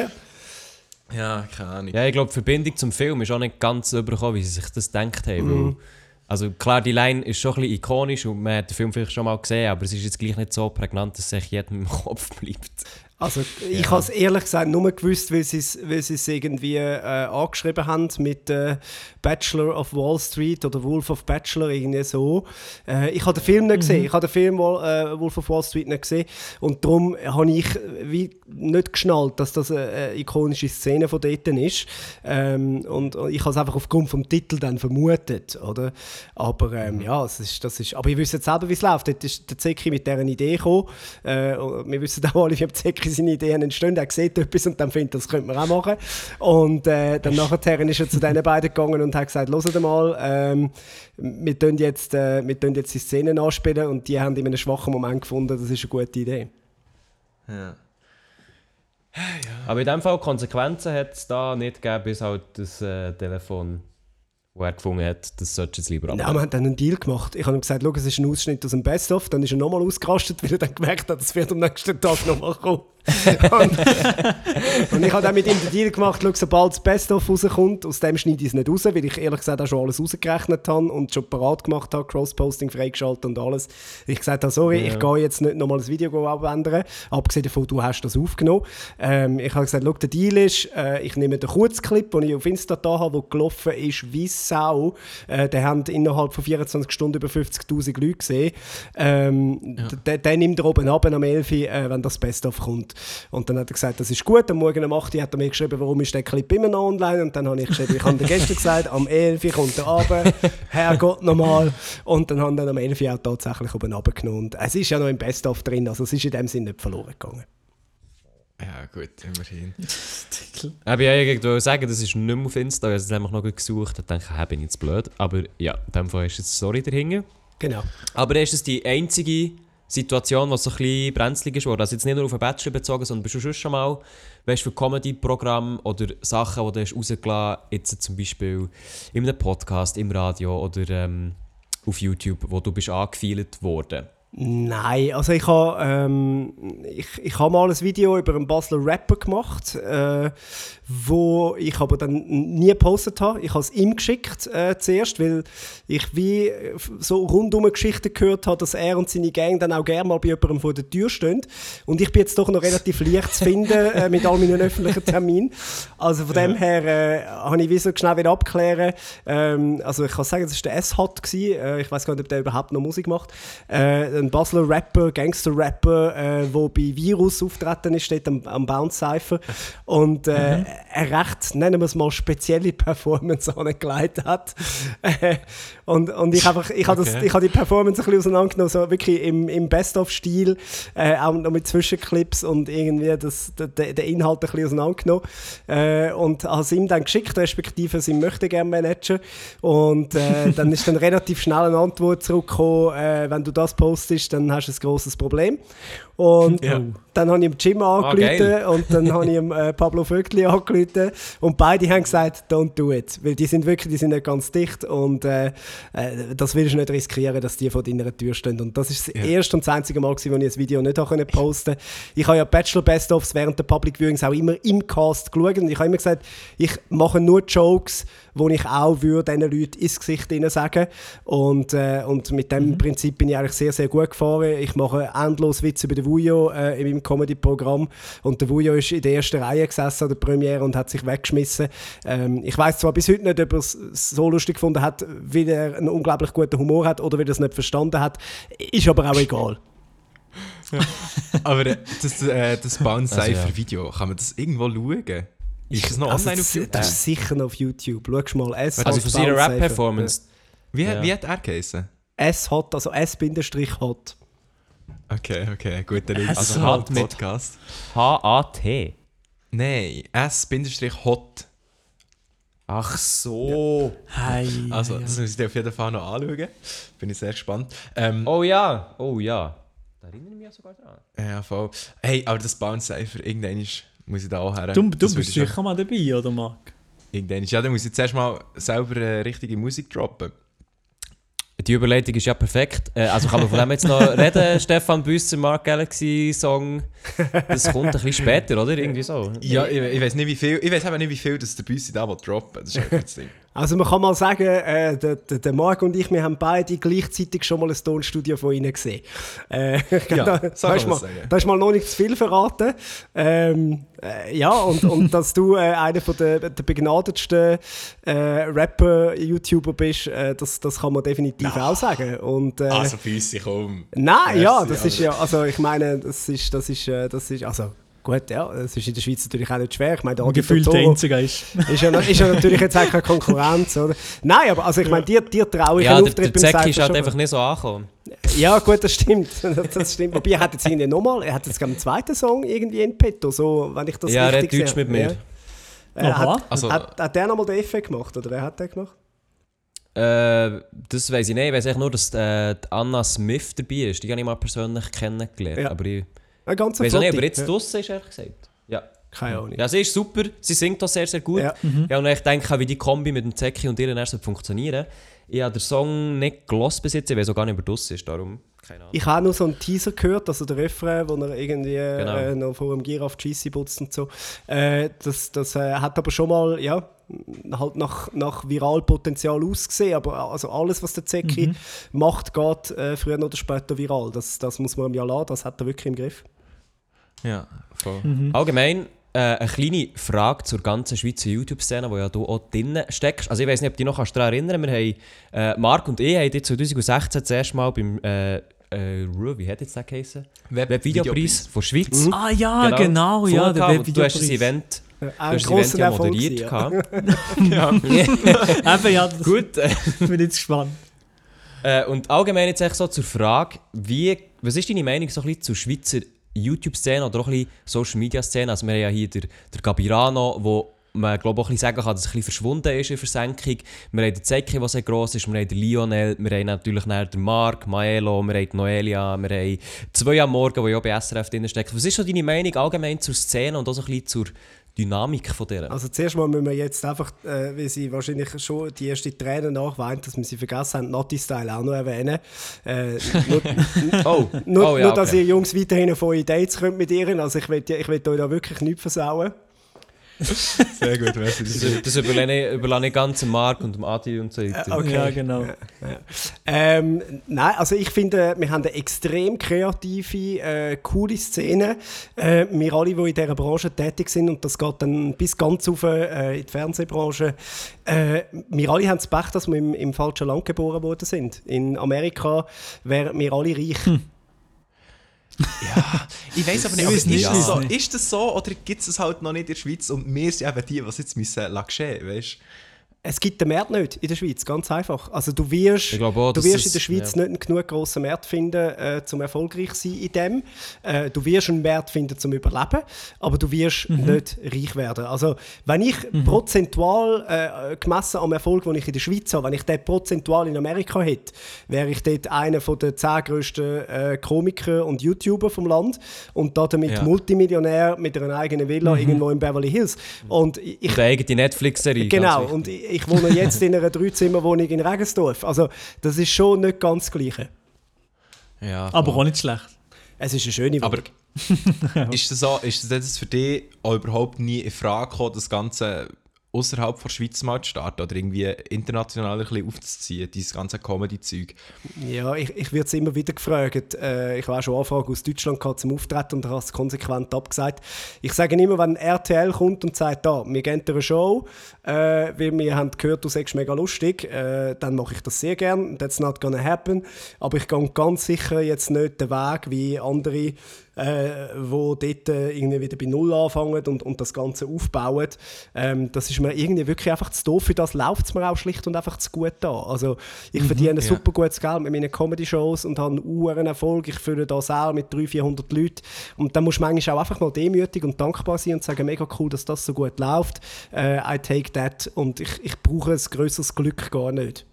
Ja, keine Ahnung. Ja, ich glaube, die Verbindung zum Film ist auch nicht ganz so übergekommen, wie sie sich das gedacht haben. Weil, also klar, die Line ist schon ein bisschen ikonisch und man hat den Film vielleicht schon mal gesehen, aber es ist jetzt gleich nicht so prägnant, dass es jedem im Kopf bleibt. Also ich habe es ehrlich gesagt nur gewusst, weil sie es irgendwie angeschrieben haben mit Bachelor of Wall Street oder Wolf of Bachelor, irgendwie so. Ich habe den Film nicht gesehen, ich habe den Film Wolf of Wall Street nicht gesehen und darum habe ich wie nicht geschnallt, dass das eine ikonische Szene von dort ist. Und ich habe es einfach aufgrund vom Titel dann vermutet, oder? Aber ja, das ist, aber ich wüsste jetzt selber, wie es läuft. Dort ist der Zeki mit dieser Idee gekommen. Wir wissen auch alle, wie Zeki seine Ideen entstehen. Er sieht etwas und dann findet, das könnte man auch machen. Und dann nachher ist er zu diesen beiden gegangen und hat gesagt, hört mal, wir tun jetzt die Szenen anspielen und die haben in einem schwachen Moment gefunden, das ist eine gute Idee. Ja. Aber in dem Fall Konsequenzen hat es da nicht gegeben, bis halt das Telefon, wo er gefunden hat, das solltest du jetzt lieber abnehmen. Ja, wir haben dann einen Deal gemacht. Ich habe ihm gesagt, schau, es ist ein Ausschnitt aus dem Best-of. Dann ist er nochmal ausgerastet, weil er dann gemerkt hat, es wird am nächsten Tag nochmal kommen. und ich habe dann mit ihm den Deal gemacht, schau, sobald das Best-of rauskommt, aus dem schneide ich es nicht raus, weil ich ehrlich gesagt auch schon alles rausgerechnet habe und schon parat gemacht habe, Cross-Posting freigeschaltet und alles. Ich gesagt habe, sorry, ich gehe jetzt nicht nochmal das Video abändern, abgesehen davon, du hast das aufgenommen. Ich habe gesagt, schau, der Deal ist, ich nehme den Kurzclip, den ich auf Insta da habe, der gelaufen ist wie Sau. Den haben innerhalb von 24 Stunden über 50'000 Leute gesehen. Den nimmt er oben ab am 11 wenn das Best-of kommt. Und dann hat er gesagt, das ist gut. Am Morgen um 8 Uhr hat er mir geschrieben, warum ist der Clip immer noch online. Und dann habe ich geschrieben, ich habe dir gestern gesagt, am 11 Uhr kommt er runter, Herrgott nochmal. Und dann haben wir dann am 11 Uhr auch tatsächlich oben runtergenommen. Und es ist ja noch im Best-of drin, also es ist in dem Sinne nicht verloren gegangen. Ja, gut, immerhin. Aber ja, ich wollte sagen, das ist nicht mehr auf Insta. Ich habe es nämlich noch gesucht und dachte, bin ich jetzt blöd. Aber ja, in dem Fall ist jetzt die Story dahinter. Genau. Aber ist es die einzige Situation, die so ein bisschen brenzlig ist? Also jetzt nicht nur auf den Bachelor bezogen, sondern bist du schon mal, weißt du, für Comedy-Programme oder Sachen, die du hast rausgelassen hast, jetzt zum Beispiel in einem Podcast, im Radio oder auf YouTube, wo du bist angefeilt worden? Nein, also ich habe mal ein Video über einen Basler Rapper gemacht, wo ich aber dann nie gepostet habe. Ich habe es ihm geschickt zuerst, weil ich wie so rundum Geschichten gehört habe, dass er und seine Gang dann auch gerne mal bei jemandem vor der Tür stehen. Und ich bin jetzt doch noch relativ leicht zu finden mit all meinen öffentlichen Terminen. Also von dem her habe ich wie so schnell wieder abklären. Also ich kann sagen, das war der S-Hot gewesen. Ich weiß gar nicht, ob der überhaupt noch Musik macht. Ein Basler Rapper, Gangster-Rapper, der bei Virus auftreten ist, steht am Bounce Cypher. Und eine recht, nennen wir es mal, spezielle Performance angelegt hat. und ich habe die Performance ein bisschen auseinandergenommen, so wirklich im Best-of-Stil, auch noch mit Zwischenclips und irgendwie den Inhalt ein bisschen auseinandergenommen. Und habe es ihm dann geschickt, respektive seinem Möchtegern-Manager. Und dann ist dann relativ schnell eine Antwort zurückgekommen, wenn du das postest, dann hast du ein grosses Problem. Und dann habe ich ihm Jim angerufen und dann habe ich ihm Pablo Vögtli angerufen und beide haben gesagt, don't do it, weil die sind nicht ganz dicht und das willst du nicht riskieren, dass die vor deiner Tür stehen. Und das ist das erste und das einzige Mal, wo ich ein Video nicht posten konnte. Ich habe ja Bachelor Best-ofs während der Public Viewings auch immer im Cast geschaut und ich habe immer gesagt, ich mache nur Jokes, wo ich auch diesen Leuten ins Gesicht sagen und mit dem Prinzip bin ich eigentlich sehr, sehr gut gefahren. Ich mache endlos Witze über den Vujo in meinem Comedy-Programm und der Vujo ist in der ersten Reihe gesessen an der Premiere und hat sich weggeschmissen. Ich weiss zwar bis heute nicht, ob er es so lustig gefunden hat, weil er einen unglaublich guten Humor hat oder weil er es nicht verstanden hat. Ist aber auch egal. Aber das Bounce Cypher Video, kann man das irgendwo schauen? Ist das noch online auf YouTube? Das ist sicher noch auf YouTube. Schau mal, also von seiner Rap-Performance. Wie hat er geheißen? S-Hot, also S-Hot. Okay, guter Link. Also halt mit Podcast. H-A-T. Nein, S-Hot. Ach so. Hey, also, das muss ich dir auf jeden Fall noch anschauen. Bin ich sehr gespannt. Oh ja. Da erinnere ich mich ja sogar dran. Ja, voll. Hey, aber das Bounce Cypher, irgendwann muss ich da auch her. Du bist sicher mal dabei, oder Marc? Irgendwann. Ja, dann muss ich zuerst mal selber richtige Musik droppen. Die Überleitung ist ja perfekt. Also kann man von dem jetzt noch reden, Stefan Büsser, Mark Galaxy Song. Das kommt ein bisschen später, oder? Irgendwie so. Ja, ich weiß nicht, wie viel. Ich weiß aber nicht, wie viel das der Büsser da droppen. Das ist einfach das Ding. Also man kann mal sagen, der Marc und ich, wir haben beide gleichzeitig schon mal ein Tonstudio von ihnen gesehen. Da ist mal noch nicht zu viel verraten. Und dass du einer der begnadetsten Rapper-YouTuber bist, das kann man definitiv auch sagen. Und, also Büsser, komm. Nein, ja, das ist ja, also ich meine, das ist also... Gut, ja, das ist in der Schweiz natürlich auch nicht schwer. Ich meine, der gefühlt der Einzige ist. Ist ja natürlich jetzt auch keine Konkurrenz, oder? Nein, aber also ich meine, dir traue ich einen Auftritt beim Säcki. Ja, der Zecki ist halt einfach nicht so angekommen. Ja, gut, das stimmt. Wobei, er hat jetzt irgendwie nochmal, er hat jetzt einen zweiten Song irgendwie in petto, so, wenn ich das richtig sehe. Ja, Deutsch mit mir. Ja. Hat der nochmal den Effekt gemacht, oder wer hat den gemacht? Das weiss ich nicht. Ich weiss nur, dass Anna Smith dabei ist. Die habe ich mal persönlich kennengelernt. Ja. Aber ich weiss nicht, ob er jetzt draussen ist, ehrlich gesagt. Ja. Keine Ahnung. Ja, sie ist super. Sie singt auch sehr, sehr gut. Ja. Ja, und ich denke, wie die Kombi mit dem Zecki und ihr erst funktionieren. Ich habe den Song nicht gehört bis jetzt. Ich weiß auch gar nicht, ob er draussen ist. Darum, keine Ahnung. Ich habe nur so einen Teaser gehört, also der Refrain, wo er irgendwie noch vor dem Giraffe Cheesy putzt und so. Das hat aber schon mal, ja, halt nach Viralpotenzial ausgesehen, aber also alles, was der Zecki macht, geht früher oder später viral. Das muss man ihm ja lassen, das hat er wirklich im Griff. Ja, voll. Allgemein eine kleine Frage zur ganzen Schweizer YouTube-Szene, wo ja du auch drinnen steckst. Also ich weiss nicht, ob du dich noch daran erinnern kannst. Wir haben, Marc und ich haben 2016 das erste Mal beim wie hat jetzt der geheißen? Webvideopreis von Schweiz. Ah ja, genau, ja, der Du hast das Webvideopreis. Event, Ein das Event grosser ja Erfolg moderiert. gewesen, ja. Eben, ja, das Gut. bin jetzt gespannt. Und allgemein jetzt echt so zur Frage, was ist deine Meinung so ein bisschen zur Schweizer YouTube-Szene oder auch ein bisschen Social-Media-Szene? Also wir haben ja hier der Gabirano, wo man glaube auch ein bisschen sagen kann, dass er ein bisschen verschwunden ist in Versenkung. Wir haben den Zeki, der sehr gross ist, wir haben den Lionel, wir haben natürlich den Marc, Maelo, wir haben die Noelia, wir haben 2 am Morgen, die ja bei SRF drin stecken. Was ist so deine Meinung allgemein zur Szene und auch so ein bisschen zur Dynamik von der? Also zuerst mal müssen wir jetzt einfach, weil sie wahrscheinlich schon die erste Tränen nachweint, dass wir sie vergessen haben, Nati-Style auch noch erwähnen. Nur, dass ihr Jungs weiterhin auf eure Dates könnt mit ihr. Also ich will euch da wirklich nichts versauen. Sehr gut, Das überlasse ich ganz dem Marc und dem Adi und so weiter. Okay. Ja, genau. Nein, also ich finde, wir haben eine extrem kreative, coole Szene. Wir alle, die in dieser Branche tätig sind, und das geht dann bis ganz rauf in die Fernsehbranche, wir alle haben das Pech, dass wir im falschen Land geboren worden sind. In Amerika wären wir alle reich. Ja, ich weiß aber nicht, ist das so oder gibt es das halt noch nicht in der Schweiz und wir sind eben die, was jetzt müssen geschehen, weißt? Es gibt den Markt nicht in der Schweiz, ganz einfach. Also du wirst in der Schweiz nicht einen genug grossen Markt finden, um erfolgreich zu sein in dem. Du wirst einen Markt finden, zum Überleben, aber du wirst nicht reich werden. Also wenn ich prozentual gemessen am Erfolg, den ich in der Schweiz habe, wenn ich den prozentual in Amerika hätte, wäre ich dort einer der 10 grössten Komiker und YouTuber vom Land und damit Multimillionär mit einer eigenen Villa irgendwo in Beverly Hills. Und eine eigene Netflix-Serie. Genau, und ich wohne jetzt in einer 3-Zimmer-Wohnung in Regensdorf. Also, das ist schon nicht ganz das Gleiche. Ja, aber auch nicht schlecht. Es ist eine schöne Wohnung. Aber ist das für dich auch überhaupt nie in Frage gekommen, das Ganze außerhalb der Schweiz mal zu starten oder irgendwie international ein bisschen aufzuziehen, dieses ganze Comedy-Zeug? Ja, ich werde es immer wieder gefragt. Ich habe auch schon Anfragen aus Deutschland gehabt zum Auftreten und habe es konsequent abgesagt. Ich sage immer, wenn RTL kommt und sagt, wir geben dir eine Show, weil wir haben gehört, du sagst mega lustig, dann mache ich das sehr gern. That's not gonna happen. Aber ich gehe ganz sicher jetzt nicht den Weg wie andere, wo dort irgendwie wieder bei Null anfangen und das Ganze aufbauen. Das ist mir irgendwie wirklich einfach zu doof. Für das läuft es mir auch schlicht und einfach zu gut da. Also ich verdiene super gutes Geld mit meinen Comedy-Shows und habe einen Erfolg. Ich fülle da Säle mit 300-400 Leuten. Und dann musst du manchmal auch einfach mal demütig und dankbar sein und sagen, mega cool, dass das so gut läuft. I take that. Und ich brauche ein grösseres Glück gar nicht.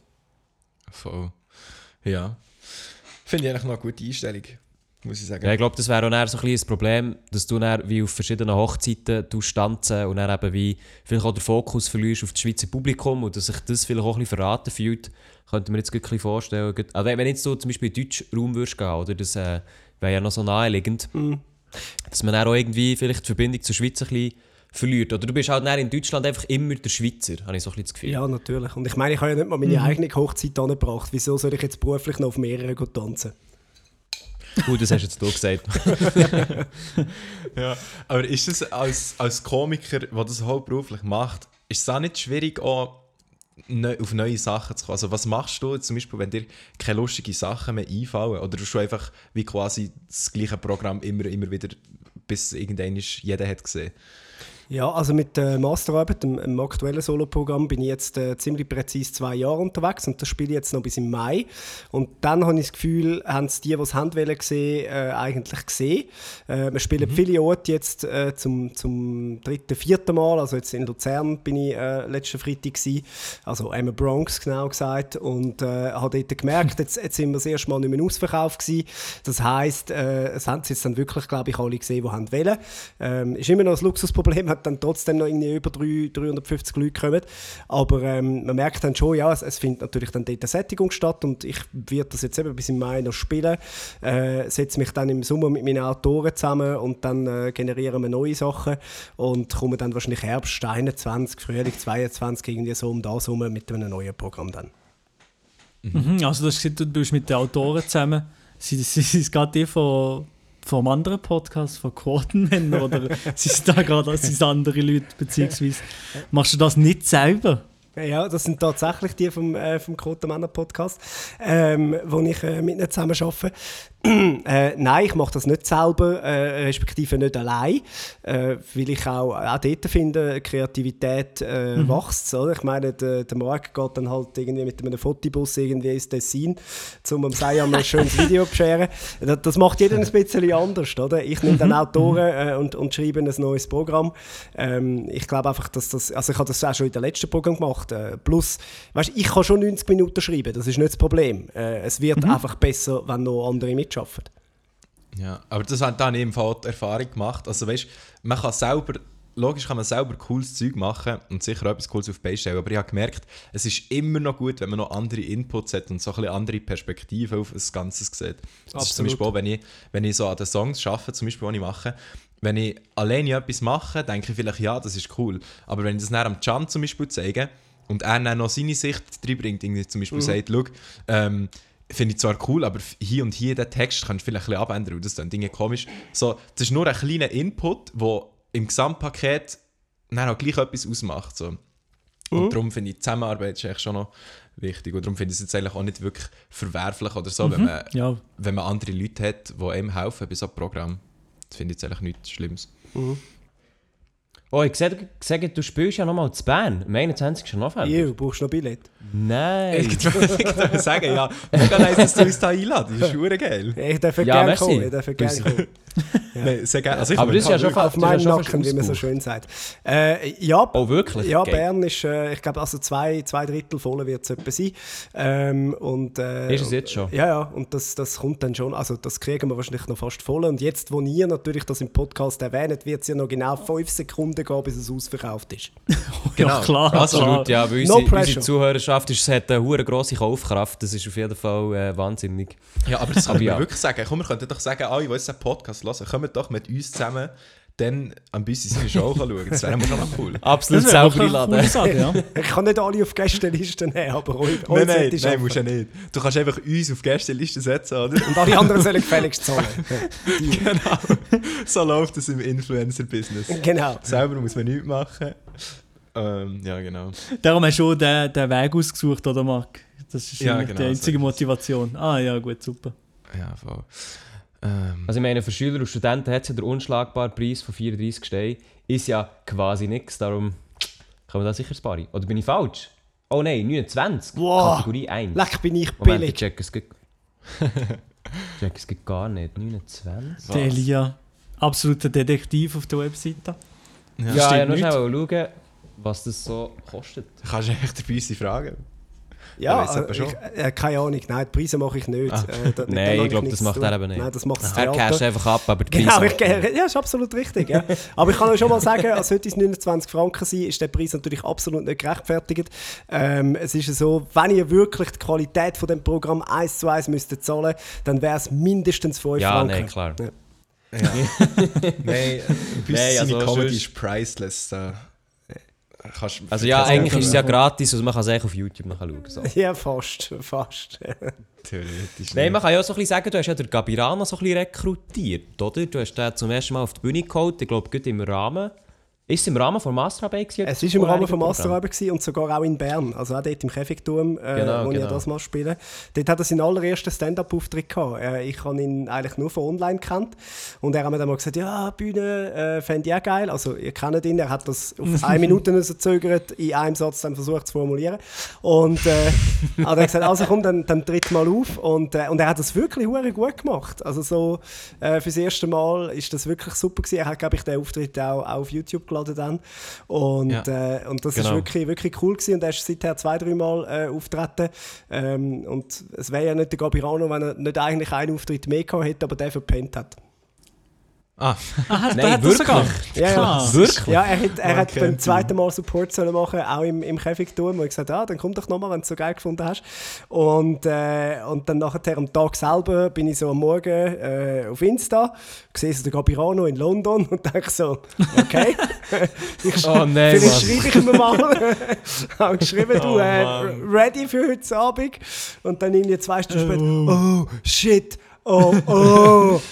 Voll. Ja. Finde ich eigentlich noch eine gute Einstellung. Muss ich sagen. Ja, ich glaube, das wäre auch so ein bisschen das Problem, dass du dann wie auf verschiedenen Hochzeiten tanzen und dann eben wie vielleicht auch den Fokus verlierst auf das Schweizer Publikum und dass sich das vielleicht auch ein bisschen verraten fühlt, könnte man jetzt ein bisschen vorstellen. Also wenn jetzt du zum Beispiel in den deutschen Raum würdest gehen, oder, das wäre ja noch so naheliegend, dass man dann auch irgendwie vielleicht die Verbindung zur Schweiz ein bisschen verliert. Oder du bist halt in Deutschland einfach immer der Schweizer, habe ich so ein bisschen das Gefühl. Ja, natürlich. Und ich meine, ich habe ja nicht mal meine eigene Hochzeit angebracht. Wieso soll ich jetzt beruflich noch auf mehreren tanzen? Gut, das hast jetzt du gesagt. Ja, aber ist das als Komiker, der das hauptberuflich macht, ist es auch nicht schwierig, auch auf neue Sachen zu kommen? Also was machst du zum Beispiel, wenn dir keine lustigen Sachen mehr einfallen? Oder du schon einfach wie quasi das gleiche Programm immer wieder, bis irgendwann jeder hat gesehen? Ja, also mit der Masterarbeit, dem aktuellen Soloprogramm, bin ich jetzt ziemlich präzise 2 Jahre unterwegs und das spiele ich jetzt noch bis im Mai. Und dann habe ich das Gefühl, haben es die es haben wollen sehen, eigentlich gesehen. Wir spielen viele Orte jetzt zum 3., 4. Mal. Also jetzt in Luzern bin ich letzten Freitag gewesen, also einmal Bronx genau gesagt, und habe dort gemerkt, jetzt sind wir das erste Mal nicht mehr ausverkauft gewesen. Das heisst, es haben jetzt dann wirklich, glaube ich, alle gesehen, die haben wollen. Ist immer noch ein Luxusproblem, hat dann trotzdem noch irgendwie über 350 Leute kommen. Aber man merkt dann schon, ja, es findet natürlich dann dort eine Sättigung statt und ich werde das jetzt eben bis im Mai noch spielen. Setze mich dann im Sommer mit meinen Autoren zusammen und dann generieren wir neue Sachen und kommen dann wahrscheinlich Herbst 21, Frühling 22 irgendwie so um das herum mit einem neuen Programm dann. Also du hast gesagt, du bist mit den Autoren zusammen. Sind es gerade die vom anderen Podcast, von Quotenmänner, oder sind es da gerade andere Leute, beziehungsweise machst du das nicht selber? Ja, das sind tatsächlich die vom Quote Männer Podcast, wo ich mit ihnen zusammen arbeite. Nein, ich mache das nicht selber, respektive nicht allein, weil ich auch dort finde, Kreativität wächst. Oder? Ich meine, der Marc geht dann halt irgendwie mit einem Fotobus irgendwie ins Tessin, um am Seiam ein schönes Video zu scheren. Das macht jeder ein bisschen anders. Oder? Ich nehme dann Autoren und schreibe ein neues Programm. Ich glaube einfach, dass das, also ich habe das auch schon in der letzten Programm gemacht. Plus, weißt, ich kann schon 90 Minuten schreiben, das ist nicht das Problem. Es wird einfach besser, wenn noch andere mitarbeiten. Ja, aber das hat dann im Fall die Erfahrung gemacht. Also weißt, man kann selber, logisch kann man selber cooles Zeug machen und sicher auch etwas Cooles auf die Beine stellen, aber ich habe gemerkt, es ist immer noch gut, wenn man noch andere Inputs hat und so ein bisschen andere Perspektiven auf das Ganze sieht. Das ist zum Beispiel auch, wenn ich so an den Songs arbeite, zum Beispiel, die ich mache, wenn ich alleine etwas mache, denke ich vielleicht, ja, das ist cool. Aber wenn ich das dann am Can zum Beispiel zeige und er dann noch seine Sicht reinbringt, irgendwie zum Beispiel sagt, schau, finde ich zwar cool, aber hier und hier den Text kannst du vielleicht ein bisschen abändern, weil das dann Dinge komisch. So, das ist nur ein kleiner Input, der im Gesamtpaket dann auch gleich etwas ausmacht. So. Und darum finde ich, die Zusammenarbeit ist eigentlich schon noch wichtig. Und darum finde ich es jetzt eigentlich auch nicht wirklich verwerflich oder so, wenn man andere Leute hat, die einem helfen bei so einem Programm. Das finde ich jetzt eigentlich nichts Schlimmes. Oh, ich sehe, du spielst ja nochmal zu Bern, am 21. November. Du brauchst noch Billett. Nein. Ich würde sagen, ja, mega nice, dass du uns da einladest. Das ist verdammt geil. Ich darf Ja, gerne merci. kommen. Ich darf gerne kommen. Nein, sehr gerne. Also Aber das ist ja schon Auf meinen schon Nacken, wie man so ausgebucht. schön sagt. Ja, Oh, wirklich? ja, Geil. Bern ist, ich glaube, also zwei Drittel voll wird es etwa sein. Ist es jetzt schon? Ja, und das kommt dann schon, also das kriegen wir wahrscheinlich noch fast voll. Und jetzt, wo ihr natürlich das im Podcast erwähnt, wird es ja noch genau 5 Sekunden gehen, bis es ausverkauft ist. Ja, klar. Absolut, ja. Weil No unsere pressure. Zuhörerschaft hat eine hohe grosse Kaufkraft. Das ist auf jeden Fall wahnsinnig. Ja, aber das kann Aber ich ja. wirklich sagen. Komm, wir könnten doch sagen, alle, die unseren Podcast hören, kommen doch mit uns zusammen dann an uns in seine Show schauen. Das wäre immer noch cool. Absolut Das wäre auch selber eine coole einladen. Sache, ja. Ich kann nicht alle auf Gästelisten nehmen, aber euch Nein, sollte ich musst du ja nicht. Du kannst einfach uns auf Gästeliste setzen, oder? Und alle anderen sollen gefälligst zahlen. Genau. So läuft es im Influencer-Business. Genau. Selber muss man nichts machen. Ja, genau. Darum hast du auch den Weg ausgesucht, oder Marc? Das ist Ja, eigentlich genau, die einzige so ist es. Motivation. Ah ja, gut, super. Ja, voll. Also ich meine, für Schüler und Studenten hat es ja der unschlagbare Preis von 34 Steinen. Ist ja quasi nichts, darum kann man da sicher sparen. Oder bin ich falsch? Oh nein, 29. Wow. Kategorie 1. Leck bin ich Moment, ich billig. check es geht gar nicht. 29? Der Elia, absoluter Detektiv auf der Webseite. Ja, Ja, steht nur nicht. schnell schauen, was das so kostet. Kannst du echt dabei sein fragen? Ja, weiss jemand schon? keine Ahnung. Nein, die Preise mache ich nicht. Nein, habe ich glaube, nichts das macht zu er tun. eben nicht. Nein, das macht das Er casht Theater. einfach ab, aber die Genau, Preise... ja, ist absolut richtig. Ja. Aber ich kann euch schon mal sagen, als heute es 29 Franken sind, ist der Preis natürlich absolut nicht gerechtfertigt. Es ist so, wenn ihr wirklich die Qualität von dem Programm 1:1 müsstet zahlen, dann wäre es mindestens 5 Ja, Franken. nein, klar. Ja. Nein, bei uns Nein, seine also Comedy sonst- ist priceless. Da kannst, Also ja, kannst eigentlich du ist es ja gratis, also man kann es eigentlich auf YouTube nachschauen. So. Ja, fast. theoretisch Nein, nicht. man kann ja auch so ein bisschen sagen, du hast ja den Gabirano so ein bisschen rekrutiert, oder? Du hast den zum ersten Mal auf die Bühne geholt, ich glaube, gut im Rahmen... Ist es im Rahmen von Masterarbeit gewesen? Es war im Rahmen von Programm? Masterarbeit gewesen und sogar auch in Bern, also auch dort im Käfigturm, wo ich genau. das mal spiele. Dort hat er seinen allerersten Stand-Up-Auftritt gehabt. Ich habe ihn eigentlich nur von online gekannt und er hat mir dann mal gesagt, ja, Bühne fände ich auch geil. Also ihr kennt ihn, er hat das auf 1 Minute gezögert, in einem Satz dann versucht zu formulieren. Und hat er gesagt, also komm, dann tritt mal auf. Und er hat das wirklich verdammt gut gemacht. Also so fürs erste Mal ist das wirklich super gewesen. Er hat, glaube ich, den Auftritt auch auf YouTube geladen dann. Und das ist Genau. wirklich, wirklich cool gewesen. Und er ist seither 2-3 Mal auftreten. Und es wäre ja nicht der Gabirano, wenn er nicht eigentlich einen Auftritt mehr gehabt hätte, aber der verpennt hat. Ah, Ah, Nein, hat das sogar. Ja, Krass. Wirklich? Ja, er hat beim kennt zweiten Mal Support sollen machen, auch im Käfigturm. Und ich gesagt, dann komm doch nochmal, wenn du es so geil gefunden hast. Und dann nachher am Tag selber bin ich so am Morgen auf Insta, sehe so den Gabirano in London und denke so, okay. Oh nein, Vielleicht Mann. schreibe ich ihm mal. habe geschrieben, du, Oh, Mann. ready für heute Abend? Und dann irgendwie 2 Stunden später, oh, shit, oh.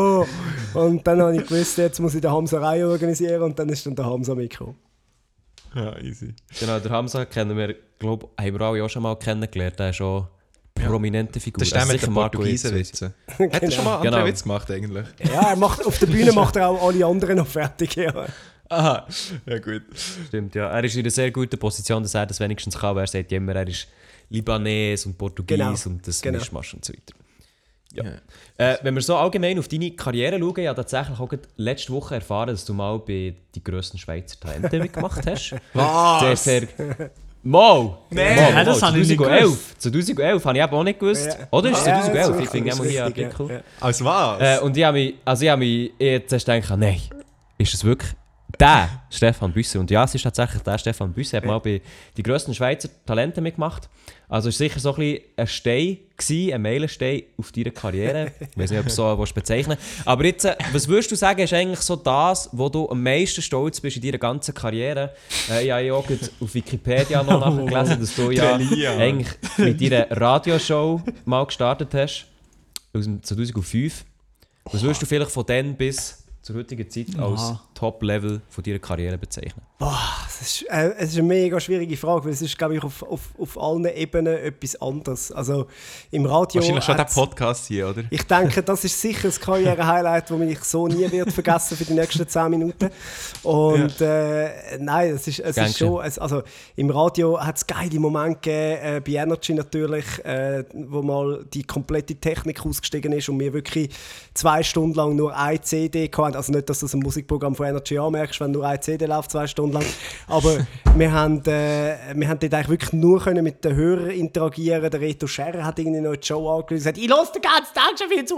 Und dann habe ich gewusst, jetzt muss ich den Hamza Reihe organisieren und dann ist dann der Hamza mitgekommen. Ja, easy. Genau, der Hamza kennen wir, glaube ich, haben wir alle auch schon mal kennengelernt. Der ist schon eine prominente Figur. Das ist der mit sicher den Marco Portugiesen Witz. Witze. Hat er schon mal andere Genau. Witze gemacht eigentlich? Ja, auf der Bühne macht er auch alle anderen noch fertig. Ja. Aha, ja gut. Stimmt, ja. Er ist in einer sehr guten Position, dass er das wenigstens kann. Er sagt ja immer, er ist Libanes und Portugies und das Mischmasch und so weiter. Ja. Wenn wir so allgemein auf deine Karriere schauen, ja tatsächlich auch gerade letzte Woche erfahren, dass du mal bei die grössten Schweizer Talente mitgemacht hast. Was? Sehr, Mal! Nein, Mal, das habe ich nicht 2011. 2011 habe ich eben auch nicht gewusst. Ja. Oder? Ist es Ja, 2011? das Ich finde ist immer hier richtig, Artikel. ja. Als was? Und ich habe mich jetzt erst gedacht, nein, ist es wirklich der Stefan Büsser? Und ja, es ist tatsächlich der Stefan Büsser. Er hat mal bei die grössten Schweizer Talente mitgemacht. Also es war sicher so ein bisschen ein Stein, ein Meilenstein auf deiner Karriere. Ich weiß nicht, ob du es so bezeichnen willst. Aber jetzt, was würdest du sagen, ist eigentlich so das, wo du am meisten stolz bist in deiner ganzen Karriere? Ich habe ja auch gerade auf Wikipedia noch nachgelesen, dass du ja eigentlich mit deiner Radioshow mal gestartet hast. Aus dem 2005. Was würdest du vielleicht von dann bis zur heutigen Zeit als Top-Level von deiner Karriere bezeichnen? Es ist eine mega schwierige Frage, weil es ist, glaube ich, auf allen Ebenen etwas anderes. Also im Radio... Wahrscheinlich schon der Podcast hier, oder? Ich denke, das ist sicher das Karriere-Highlight, das mich so nie wird vergessen für die nächsten 10 Minuten. Und nein, es ist schon... Also im Radio hat es geile Momente gegeben, bei Energy natürlich, wo mal die komplette Technik ausgestiegen ist und wir wirklich 2 Stunden lang nur eine CD hatten. Also nicht, dass du das im Musikprogramm von Energy anmerkst, wenn nur eine CD läuft, 2 Stunden lang. Aber wir haben dort eigentlich wirklich nur können mit den Hörern interagieren. Der Reto Scherrer hat irgendwie noch eine Show angelöst und gesagt, ich höre den ganzen Tag schon viel zu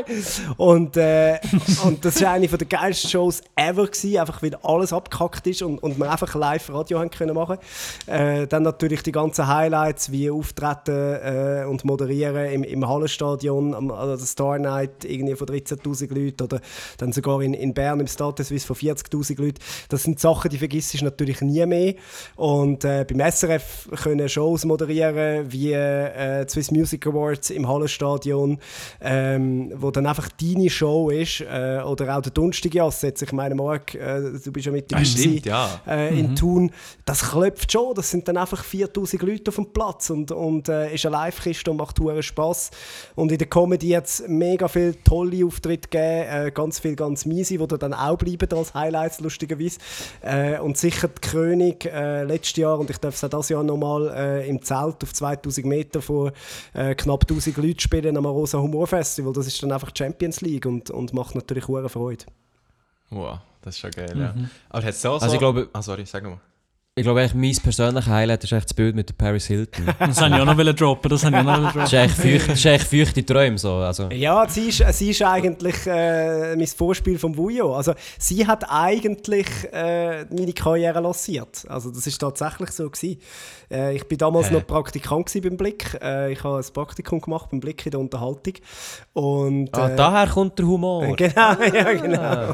geil. Und das war eine der geilsten Shows ever gewesen, einfach weil alles abgekackt ist und wir einfach live Radio haben können machen. Dann natürlich die ganzen Highlights wie Auftreten und Moderieren im Hallenstadion, also der Star Night irgendwie von 13'000 Leuten oder dann sogar in Bern im Stade Suisse von 40'000 Leuten. Das sind Sachen, die vergisst du natürlich nie mehr. Und beim SRF können Shows moderieren wie Swiss Music Awards im Hallenstadion, wo dann einfach deine Show ist. Oder auch der Donnerstagjasse. Ich meine, Marc, du bist ja mit dabei in Thun. Das klopft schon. Das sind dann einfach 4'000 Leute auf dem Platz und ist eine Live-Kiste und macht verdammt Spass. Und in der Comedy hat es mega viele tolle Auftritte gegeben, ganz viel ganz miese, die dann auch bleiben als Highlights, lustigerweise. Und sicher die Krönung letztes Jahr, und ich darf es auch dieses Jahr nochmal im Zelt auf 2000 Meter vor knapp 1000 Leuten spielen am Arosa Humor Festival. Das ist dann einfach Champions League und macht natürlich hohe Freude. Wow, das ist schon geil, ja. Aber hat es so... Also ich glaube... sorry, sag nochmal. Ich glaube, mein persönliches Highlight ist echt das Bild mit der Paris Hilton. Das wollte ich auch noch droppen. Das ist echt feuchte Träume so. Also. Ja, sie ist eigentlich mein Vorspiel vom Vujo. Also sie hat eigentlich meine Karriere lanciert. Also das ist tatsächlich so gewesen. Ich bin damals noch Praktikant beim Blick. Ich habe ein Praktikum gemacht beim Blick in der Unterhaltung. Und, daher kommt der Humor. Genau, ja genau.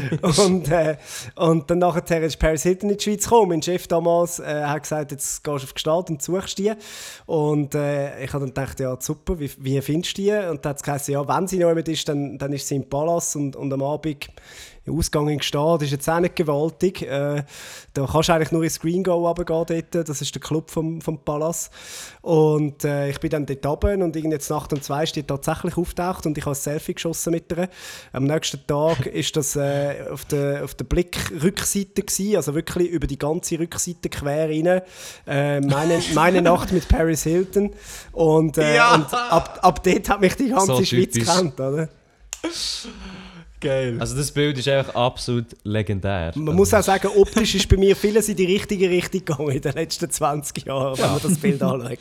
Und dann nachher ist Paris Hilton in die Schweiz gekommen. Mein Chef damals hat gesagt, jetzt gehst du auf die Stadt und suchst die. Und ich habe dann gedacht, ja super, wie findest du die? Und dann hat es gesagt, ja, wenn sie noch jemand ist, dann ist sie im Palast und am Abend im Ausgang in Gstaad ist jetzt auch nicht gewaltig. Da kannst du eigentlich nur ins Green Go runtergehen dort. Das ist der Club vom Palast. Und ich bin dann dort runter und jetzt Nacht um 2 ist die tatsächlich auftaucht und ich habe ein Selfie geschossen mit ihr. Am nächsten Tag ist das auf der Blickrückseite gewesen, also wirklich über die ganze Rückseite quer rein. Meine Nacht mit Paris Hilton. Und ab dort hat mich die ganze So Schweiz typisch. gekannt, oder? Geil. Also das Bild ist einfach absolut legendär. Man muss auch sagen, optisch ist bei mir vieles in die richtige Richtung gegangen in den letzten 20 Jahren, wenn man das Bild anschaut.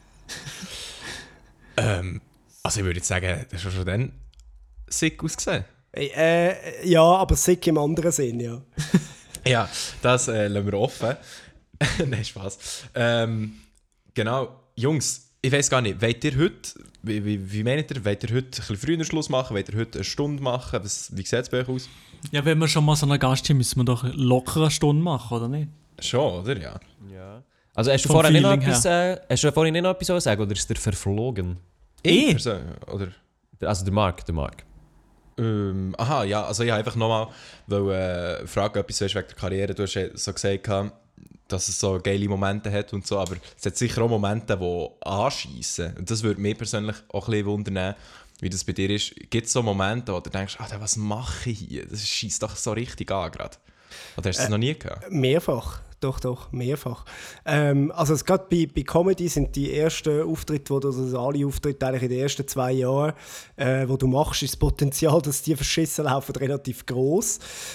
Ja. Also ich würde jetzt sagen, das ist schon dann sick ausgesehen. Ja, aber sick im anderen Sinn, ja. Ja, das lassen wir offen. Nein, Spaß. Genau, Jungs, ich weiss gar nicht, wollt ihr heute, wie meint ihr, wollt ihr heute ein bisschen früher Schluss machen, wollt ihr heute eine Stunde machen, wie sieht es bei euch aus? Ja, wenn wir schon mal so einen Gast haben, müssen wir doch locker eine Stunde machen, oder nicht? Schon, oder? Ja. Also hast du Vom vorhin nicht noch Feeling etwas sagen oder ist der verflogen? Ich? Oder? Also der Marc. Aha, ja, also ich habe einfach nochmal fragen, etwas wegen der Karriere. Du hast ja so gesagt, dass es so geile Momente hat und so, aber es hat sicher auch Momente, die anschiessen. Und das würde mich persönlich auch ein bisschen wundern, wie das bei dir ist. Gibt es so Momente, wo du denkst, was mache ich hier? Das schiesst doch so richtig an gerade. Oder hast du das noch nie gehabt? Mehrfach. Doch, mehrfach. Also gerade bei Comedy sind die ersten Auftritte, also alle Auftritte eigentlich in den ersten 2 Jahren, wo du machst, ist das Potenzial, dass die verschissen laufen, relativ gross.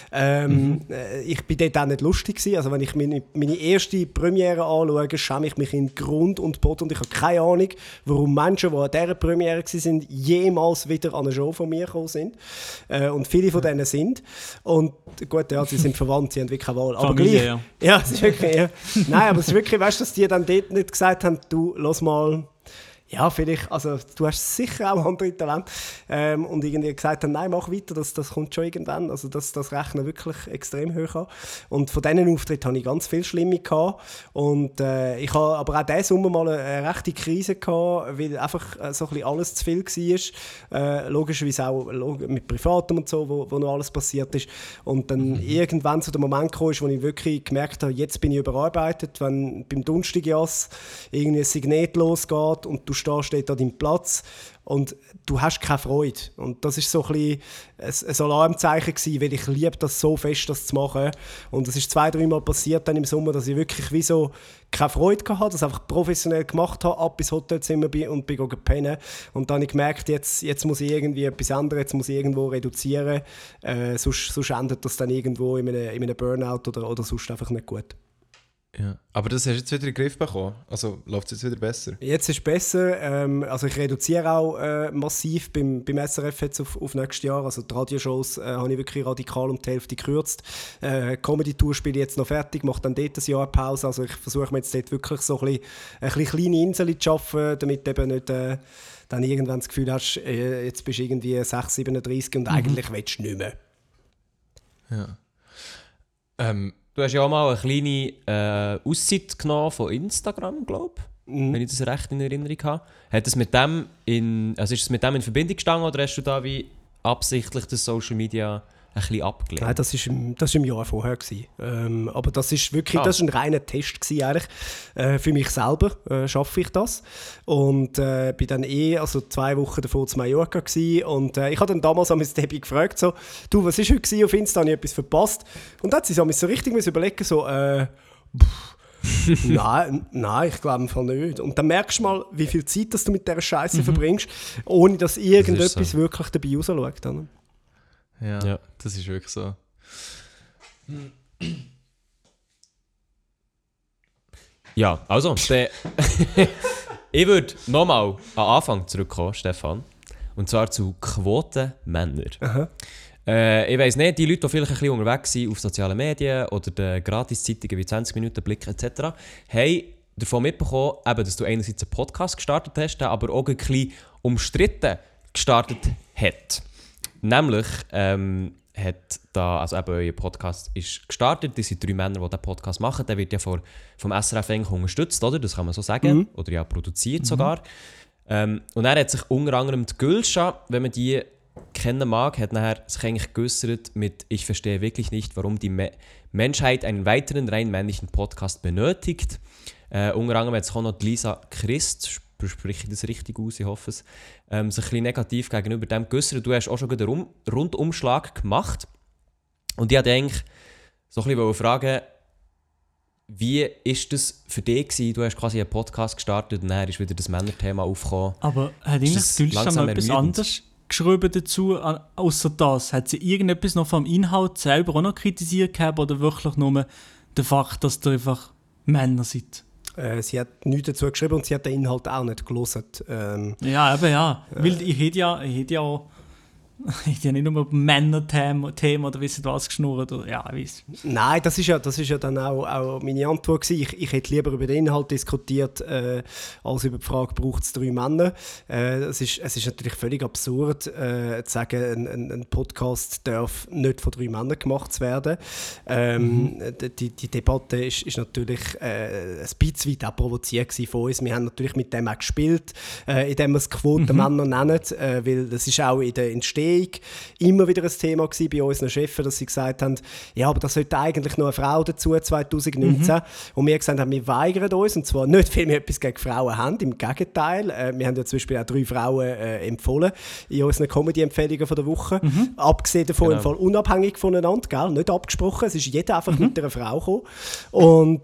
Ich bin dort auch nicht lustig gewesen. Also wenn ich meine erste Premiere anschaue, schäme ich mich in Grund und Boden und ich habe keine Ahnung, warum Menschen, die an dieser Premiere waren, jemals wieder an eine Show von mir gekommen sind. Und viele von denen sind. Und gut, ja, sie sind verwandt, sie haben wirklich keine Wahl. Aber Familie, gleich, ja, es ist wirklich, ja. Nein, aber es ist wirklich, weißt du, dass die dann dort nicht gesagt haben, du, lass mal, ja, vielleicht, also du hast sicher auch andere Talente und irgendwie gesagt haben, nein, mach weiter, das kommt schon irgendwann, also das rechnen wirklich extrem hoch an. Und von diesen Auftritten hatte ich ganz viel Schlimme gehabt und ich habe aber auch diesen Sommer mal eine rechte Krise gehabt, weil einfach so ein bisschen alles zu viel war, logischerweise auch mit Privatem und so, wo noch alles passiert ist und dann irgendwann zu dem Moment kam, wo ich wirklich gemerkt habe, jetzt bin ich überarbeitet, wenn beim Donnerstagjass irgendwie ein Signet losgeht und du stehst dort an deinem Platz und du hast keine Freude. Und das war so ein bisschen ein Alarmzeichen gewesen, weil ich liebe das so fest, das zu machen. Und es ist 2-3 Mal passiert dann im Sommer, dass ich wirklich wie so keine Freude hatte, das einfach professionell gemacht habe, ab ins Hotelzimmer und bin gepennen. Und dann habe ich gemerkt, jetzt muss ich irgendwie etwas ändern, jetzt muss ich irgendwo reduzieren, sonst endet das dann irgendwo in einem Burnout oder sonst einfach nicht gut. Ja. Aber das hast du jetzt wieder in den Griff bekommen? Also läuft es jetzt wieder besser? Jetzt ist es besser. Also ich reduziere auch massiv beim SRF jetzt auf nächstes Jahr. Also die Radioshows habe ich wirklich radikal um die Hälfte gekürzt. Comedy-Tour spiele ich jetzt noch fertig, mache dann dort ein Jahr Pause. Also ich versuche mir jetzt dort wirklich so ein bisschen kleine Inseln zu schaffen, damit du eben nicht dann irgendwann das Gefühl hast, jetzt bist du irgendwie 6, 37 und eigentlich willst du nicht mehr. Ja. Du hast ja auch mal eine kleine Auszeit genommen von Instagram, glaube ich, wenn ich das recht in Erinnerung habe. Ist es mit dem in Verbindung gestanden oder hast du da wie absichtlich das Social Media ein bisschen abgelehnt? Nein, das war im Jahr vorher gewesen. Aber das ist wirklich, das war ein reiner Test gewesen, eigentlich. Für mich selber schaffe ich das. Und bin dann also 2 Wochen davor zu Mallorca gewesen. Und ich habe dann damals an Debbie gefragt, so, du, was war heute auf Insta, habe ich etwas verpasst? Und dann hat sie so richtig überlegen, so, nein, ich glaube einfach nicht. Und dann merkst du mal, wie viel Zeit dass du mit dieser Scheiße verbringst, ohne dass irgendetwas so wirklich dabei rausschaut. Oder? Ja, das ist wirklich so. Ja, also, ich würde nochmal an Anfang zurückkommen, Stefan. Und zwar zu Quotenmänner. Ich weiss nicht, die Leute, die vielleicht ein bisschen unterwegs sind auf sozialen Medien oder den Gratiszeitungen wie 20 Minuten Blick etc., haben davon mitbekommen, eben, dass du einerseits einen Podcast gestartet hast, der aber auch ein bisschen umstritten gestartet hat. Nämlich hat da, also eben euer Podcast ist gestartet, das sind 3 Männer, die diesen Podcast machen, der wird ja vom SRF eigentlich unterstützt, oder? Das kann man so sagen, oder ja produziert sogar. Und er hat sich unter anderem die Gülscha, wenn man die kennen mag, hat nachher sich eigentlich geäussert mit «Ich verstehe wirklich nicht, warum die Menschheit einen weiteren rein männlichen Podcast benötigt». Unter anderem hat sich auch noch Lisa Christ, spreche ich das richtig aus, ich hoffe es, sich ein bisschen negativ gegenüber dem geäussert. Du hast auch schon einen Rundumschlag gemacht. Und ich wollte eigentlich so ein bisschen fragen, wie war das für dich gewesen? Du hast quasi einen Podcast gestartet und dann ist wieder das Männerthema aufgekommen. Aber hat eigentlich Gülscha noch etwas anderes geschrieben dazu, außer das? Hat sie irgendetwas noch vom Inhalt selber auch noch kritisiert gehabt oder wirklich nur der Fakt, dass ihr einfach Männer seid? Sie hat nichts dazu geschrieben und sie hat den Inhalt auch nicht gelesen. Ja, eben ja. Weil ich hätte ja nicht nur über Männer-Themen oder wissen was geschnurrt. Oder, ja, ich weiss. Nein, das ist ja dann auch meine Antwort gewesen. Ich hätte lieber über den Inhalt diskutiert, als über die Frage, braucht es 3 Männer. Es ist natürlich völlig absurd, zu sagen, ein Podcast darf nicht von 3 Männern gemacht werden. Die Debatte ist natürlich ein bisschen weit auch provoziert von uns. Wir haben natürlich mit dem auch gespielt, indem wir es Quotenmänner nennen, weil das ist auch in der Entstehung Beziehung immer wieder ein Thema gewesen bei unseren Chefs, dass sie gesagt haben, ja, aber das sollte eigentlich noch eine Frau dazu 2019. Und wir gesagt haben, wir weigern uns, und zwar nicht, weil wir etwas gegen Frauen haben, im Gegenteil. Wir haben ja zum Beispiel auch 3 Frauen empfohlen in unseren Comedy-Empfehlungen von der Woche. Abgesehen davon im Fall unabhängig voneinander, gell? Nicht abgesprochen, es ist jeder einfach mit einer Frau gekommen. Und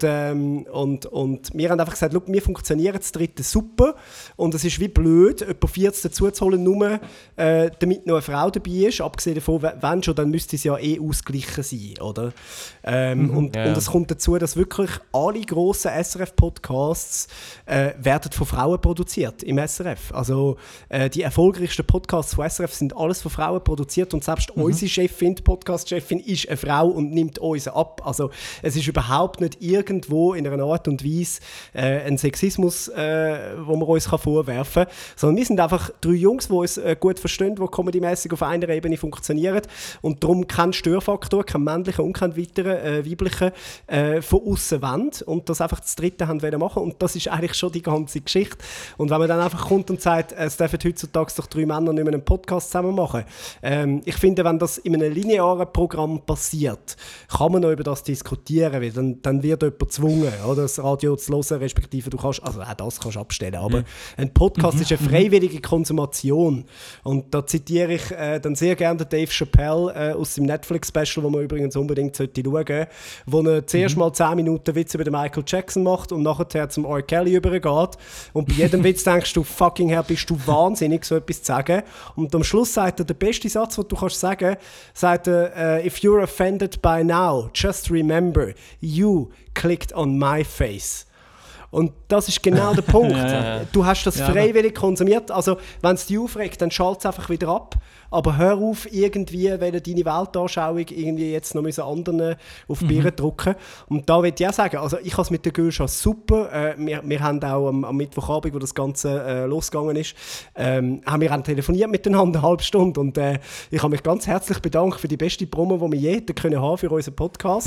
wir haben einfach gesagt, wir funktionieren das dritte super und es ist wie blöd, etwa 40 dazu zu holen, nur damit noch eine Frau dabei ist. Abgesehen davon, wenn schon, dann müsste es ja ausgeglichen sein, oder? Und es kommt dazu, dass wirklich alle grossen SRF-Podcasts werden von Frauen produziert im SRF. Also die erfolgreichsten Podcasts von SRF sind alles von Frauen produziert und selbst unsere Chefin, die Podcast-Chefin, ist eine Frau und nimmt uns ab. Also es ist überhaupt nicht irgendwo in einer Art und Weise ein Sexismus, wo man uns vorwerfen kann, sondern wir sind einfach 3 Jungs, die uns gut verstehen, die comedymässig auf einer Ebene funktionieren und darum kein Störfaktor, kein männlicher und kein weiterer weiblicher von außen wollen und das einfach das Dritte haben wollen machen und das ist eigentlich schon die ganze Geschichte. Und wenn man dann einfach kommt und sagt, es dürfen heutzutage doch 3 Männer nicht mehr einen Podcast zusammen machen. Ich finde, wenn das in einem linearen Programm passiert, kann man noch über das diskutieren, weil dann wird jemand gezwungen, oder, das Radio zu hören, respektive du kannst, also auch das kannst du abstellen, aber ein Podcast ist eine freiwillige Konsumation und da zitiere ich dann sehr gerne den Dave Chappelle aus dem Netflix-Special, wo man übrigens unbedingt schauen sollte, wo er zuerst mal 10 Minuten Witze über den Michael Jackson macht und nachher zum R. Kelly übergeht und bei jedem Witz denkst du, fucking hell, bist du wahnsinnig, so etwas zu sagen. Und am Schluss sagt er, der beste Satz, den du kannst sagen, sagt er, if you're offended by now, just remember, you clicked on my face. Und das ist genau der Punkt. Du hast das freiwillig konsumiert. Also, wenn es dich aufregt, dann schalt es einfach wieder ab. Aber hör auf, irgendwie deine Weltanschauung irgendwie jetzt noch anderen auf die Birne drücken. Und da würde ich auch sagen, also ich habe es mit der Gülscha super. Wir haben auch am Mittwochabend, wo das Ganze losgegangen ist, haben wir telefoniert miteinander eine halbe Stunde. Und ich habe mich ganz herzlich bedankt für die beste Promo, die wir je hätten können haben für unseren Podcast.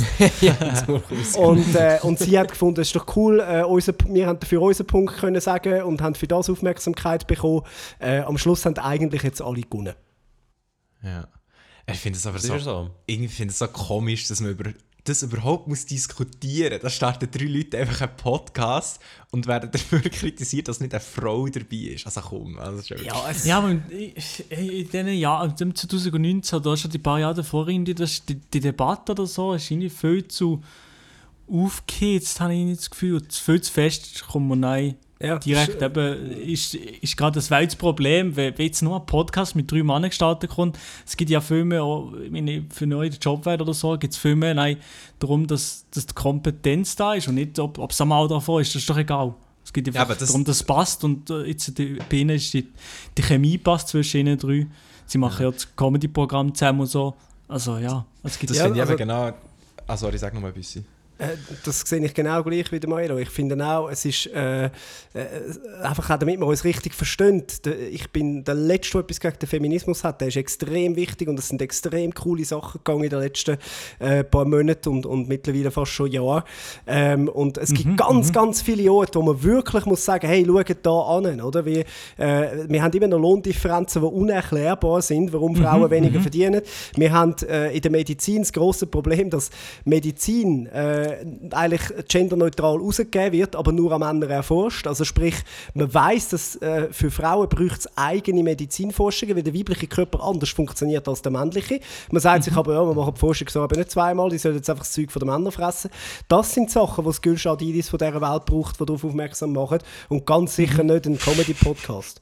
Und sie hat gefunden, es ist doch cool, wir haben für unseren Punkt können sagen und haben für das Aufmerksamkeit bekommen. Am Schluss haben eigentlich jetzt alle gewonnen. Ja. Ich finde es aber irgendwie finde es so komisch, dass man über das überhaupt muss diskutieren muss. Da starten 3 Leute einfach einen Podcast und werden dafür kritisiert, dass nicht eine Frau dabei ist. Also komm, also aber in diesen Jahren, im 2019, da schon die paar Jahre davor, die Debatte oder so, ist irgendwie viel zu aufgehitzt, habe ich nicht das Gefühl. Viel zu fest kommt man rein. Ja, direkt ist gerade das Problem, wenn jetzt nur ein Podcast mit 3 Männern gestartet kommt. Es gibt ja Filme, auch für neue Jobwelt oder so, gibt es Filme darum, dass die Kompetenz da ist und nicht, ob es am Auto davon ist, das ist doch egal. Es geht einfach darum, dass es passt und jetzt bei ihnen ist die Chemie passt zwischen ihnen 3. Sie machen ja das Comedy-Programm zusammen und so. Also ja, es gibt das finde ich eben genau... Ah, sorry, sag noch mal ein bisschen. Das sehe ich genau gleich wie der Milo. Ich finde auch, es ist einfach auch, damit wir uns richtig verstehen. Ich bin der Letzte, der etwas gegen den Feminismus hat. Der ist extrem wichtig und es sind extrem coole Sachen gegangen in den letzten paar Monaten und mittlerweile fast schon Jahren. Und es gibt ganz viele Orte, wo man wirklich muss sagen, hey, schaut da an. Oder? Wir haben immer noch Lohndifferenzen, die unerklärbar sind, warum Frauen weniger verdienen. Wir haben in der Medizin das grosse Problem, dass Medizin eigentlich genderneutral ausgegeben wird, aber nur an Männern erforscht. Also sprich, man weiss, dass für Frauen braucht es eigene Medizinforschungen, weil der weibliche Körper anders funktioniert als der männliche. Man sagt sich aber, ja, man macht die Forschung so aber nicht zweimal, die sollen jetzt einfach das Zeug von den Männern fressen. Das sind Sachen, die das Gülschadidis von dieser Welt braucht, die darauf aufmerksam machen und ganz sicher nicht ein Comedy-Podcast.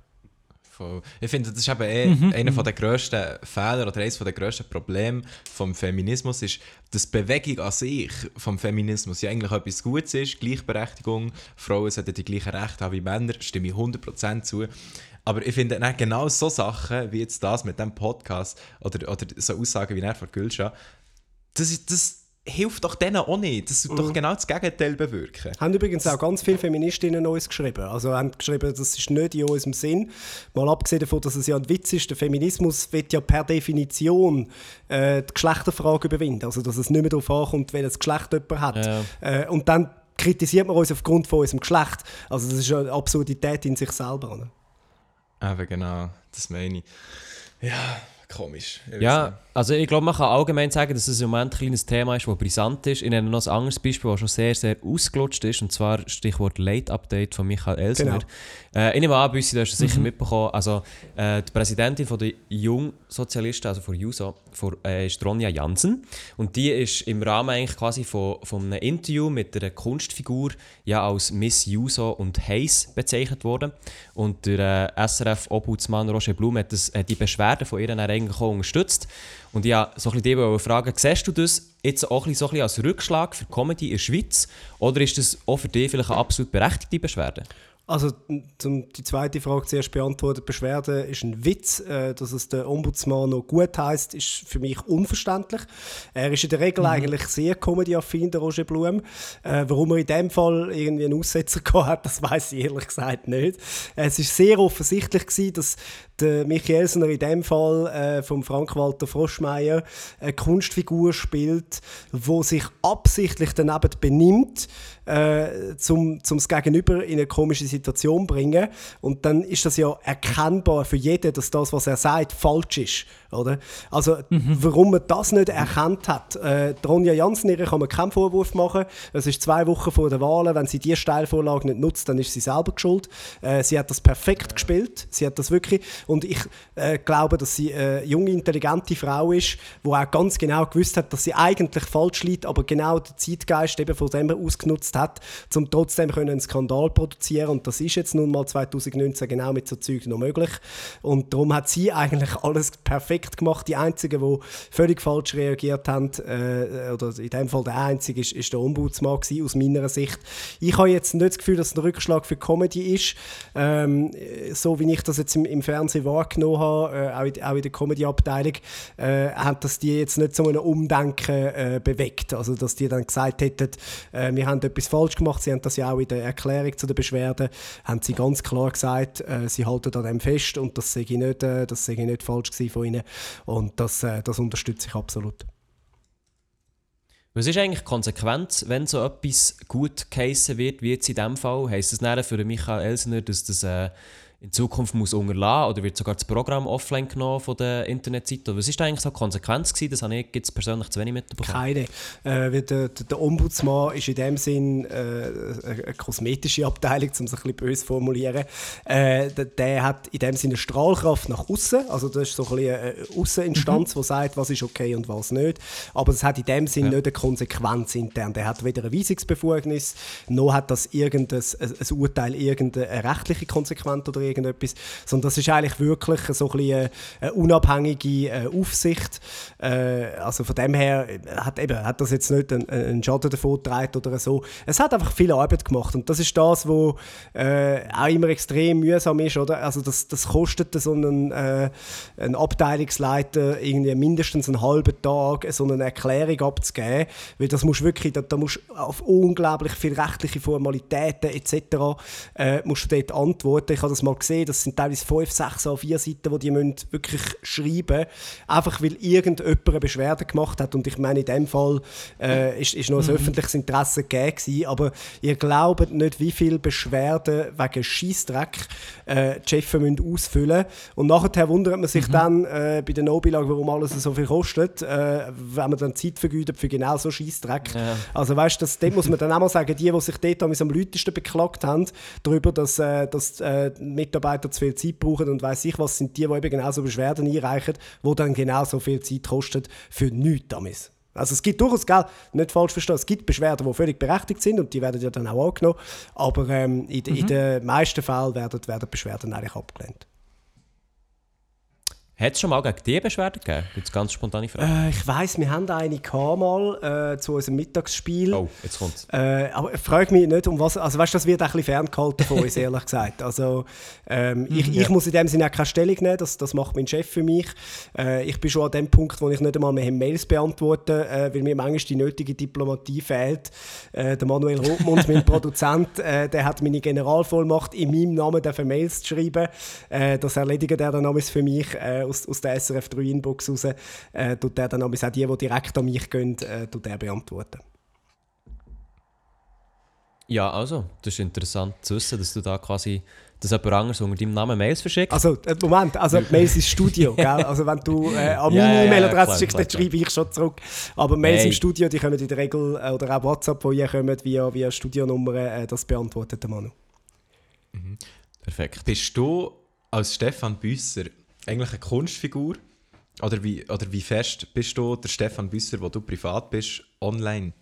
Ich finde, das ist eben einer der grössten Fehler oder eines der grössten Probleme vom Feminismus ist, dass die Bewegung an sich vom Feminismus ja eigentlich etwas Gutes ist. Gleichberechtigung, Frauen sollten die gleichen Rechte haben wie Männer, stimme ich 100% zu. Aber ich finde genau so Sachen wie jetzt das mit diesem Podcast oder so Aussagen wie von Gülscha, das hilft doch denen auch nicht. Das sollte doch genau das Gegenteil bewirken. Haben übrigens auch ganz viele Feministinnen uns geschrieben. Also haben geschrieben, das ist nicht in unserem Sinn. Mal abgesehen davon, dass es ja ein Witz ist, der Feminismus wird ja per Definition die Geschlechterfrage überwinden. Also dass es nicht mehr darauf ankommt, welches Geschlecht jemand hat. Ja. Und dann kritisiert man uns aufgrund von unserem Geschlecht. Also das ist eine Absurdität in sich selber. Oder? Aber genau, das meine ich. Ja, komisch. Ich Ja, also ich glaube, man kann allgemein sagen, dass es im Moment ein kleines Thema ist, das brisant ist. Ich nenne noch ein anderes Beispiel, das schon sehr, sehr ausgelutscht ist, und zwar Stichwort Late-Update von Michael Elsner. Ich nehme an, Büssi, du hast es sicher mitbekommen, also die Präsidentin von der Jungsozialisten, also von JUSO, ist Ronja Jansen, und die ist im Rahmen eigentlich quasi von einem Interview mit einer Kunstfigur ja als Miss JUSO und Heiss bezeichnet worden, und der SRF-Obhudsmann Roger Blum hat die Beschwerden von ihr dann eigentlich auch unterstützt. Und ja, so ein bisschen dich fragen, siehst du das jetzt auch ein bisschen als Rückschlag für Comedy in der Schweiz, oder ist das auch für dich vielleicht eine absolut berechtigte Beschwerde? Also, um die zweite Frage zuerst beantworten, Beschwerde ist ein Witz. Dass es der Ombudsmann noch gut heisst, ist für mich unverständlich. Er ist in der Regel eigentlich sehr comedy-affin, der Roger Blum. Warum er in diesem Fall irgendwie einen Aussetzer gehabt hat, das weiss ich ehrlich gesagt nicht. Es war sehr offensichtlich gewesen, dass der Michael Elsner in diesem Fall vom Frank-Walter Froschmeier eine Kunstfigur spielt, die sich absichtlich daneben benimmt, um das Gegenüber in eine komische Situation zu bringen. Und dann ist das ja erkennbar für jeden, dass das, was er sagt, falsch ist. Oder? Also, warum man das nicht erkannt hat. Ronja Jansen, ihr kann man keinen Vorwurf machen. Es ist 2 Wochen vor der Wahlen. Wenn sie diese Steilvorlage nicht nutzt, dann ist sie selber schuld. Sie hat das perfekt gespielt. Sie hat das wirklich. Und ich glaube, dass sie eine junge, intelligente Frau ist, die auch ganz genau gewusst hat, dass sie eigentlich falsch liegt, aber genau den Zeitgeist eben von dem ausgenutzt hat, um trotzdem einen Skandal produzieren. Und das ist jetzt nun mal 2019 genau mit so Zeug noch möglich. Und darum hat sie eigentlich alles perfekt gemacht. Die Einzigen, die völlig falsch reagiert haben, oder in dem Fall der Einzige, ist der Ombudsmann gewesen, aus meiner Sicht. Ich habe jetzt nicht das Gefühl, dass es ein Rückschlag für Comedy ist. So wie ich das jetzt im Fernsehen wahrgenommen habe, auch in der Comedy-Abteilung, hat das die jetzt nicht zu einem Umdenken bewegt. Also, dass die dann gesagt hätten, wir haben etwas falsch gemacht. Sie haben das ja auch in der Erklärung zu den Beschwerden, haben sie ganz klar gesagt, sie halten an dem fest, und das sei nicht falsch gewesen von ihnen. Und das unterstütze ich absolut. Was ist eigentlich die Konsequenz, wenn so etwas gut geheissen wird, wie jetzt in diesem Fall? Heisst das dann für Michael Elsner, dass das in Zukunft muss unterlassen, oder wird sogar das Programm offline genommen von der Internetseite? Was ist da eigentlich so die Konsequenz gewesen? Das habe ich jetzt persönlich zu wenig mitbekommen. Keine. Der Ombudsmann ist in dem Sinn eine kosmetische Abteilung, um es ein bisschen böse zu formulieren. Der hat in dem Sinne Strahlkraft nach außen. Also das ist so ein bisschen eine Ausseninstanz, die sagt, was ist okay und was nicht. Aber es hat in dem Sinn nicht eine Konsequenz intern. Der hat weder eine Weisungsbefugnis, noch hat das ein Urteil irgendeine rechtliche Konsequenz oder irgendetwas, sondern das ist eigentlich wirklich so ein bisschen eine unabhängige Aufsicht. Also von dem her hat das jetzt nicht einen Schaden davon getragen oder so. Es hat einfach viel Arbeit gemacht, und das ist das, was auch immer extrem mühsam ist, oder? Also das kostet so einen Abteilungsleiter irgendwie mindestens einen halben Tag, so eine Erklärung abzugeben, weil das musst wirklich, da musst auf unglaublich viele rechtliche Formalitäten etc. Musst du dort antworten. Ich habe das mal gesehen, das sind teilweise 5, 6 A4-Seiten, die müssen wirklich schreiben, einfach weil irgendjemand eine Beschwerde gemacht hat. Und ich meine, in dem Fall ist noch ein öffentliches Interesse gegeben, aber ihr glaubt nicht, wie viele Beschwerden wegen Scheissdreck die Chefs ausfüllen müssen. Und nachher wundert man sich dann bei der No-Bilage, warum alles so viel kostet, wenn man dann Zeit vergeudet für genau so Scheissdreck. Ja. Also weißt du, dem muss man dann auch mal sagen, die sich dort am lautesten beklagt haben, darüber, dass Mitarbeiter zu viel Zeit brauchen und weiss ich was, sind die eben genauso Beschwerden einreichen, die dann genauso viel Zeit kosten für nichts. Also es gibt durchaus, nicht falsch verstehen, es gibt Beschwerden, die völlig berechtigt sind, und die werden ja dann auch angenommen, aber in den meisten Fällen werden Beschwerden eigentlich abgelehnt. Hat es schon mal gegen die Beschwerden gegeben? Jetzt ganz spontane Frage. Ich weiss, wir haben eine mal zu unserem Mittagsspiel. Oh, jetzt kommt's. Aber ich frage mich nicht, um was. Also weißt du, das wird ein bisschen ferngehalten von uns, ehrlich gesagt. Also ich muss in dem Sinne auch keine Stellung nehmen, das macht mein Chef für mich. Ich bin schon an dem Punkt, wo ich nicht einmal mehr Mails beantworte, weil mir manchmal die nötige Diplomatie fehlt. Der Manuel Rothmund, mein Produzent, der hat meine Generalvollmacht, in meinem Namen Mails zu schreiben. Das erledigt er dann für mich. Aus der SRF 3 Inbox raus, tut er dann auch die direkt an mich gehen, tut er beantworten. Ja, also, das ist interessant zu wissen, dass du da quasi, dass jemand anderes unter deinem Namen Mails verschickt. Also, Moment, Mails ins Studio, gell? Also wenn du an Ja, meine ja, E-Mail-Adresse klar, schickst, klar, dann schreibe ich schon zurück. Aber Mails Hey. im Studio, die kommen in der Regel, oder auch WhatsApp, wo ihr kommt, via Studionummer, das beantwortet der Manu. Perfekt. Bist du als Stefan Büsser eigentlich eine Kunstfigur? Oder wie fest bist du der Stefan Büsser, wo du privat bist, online?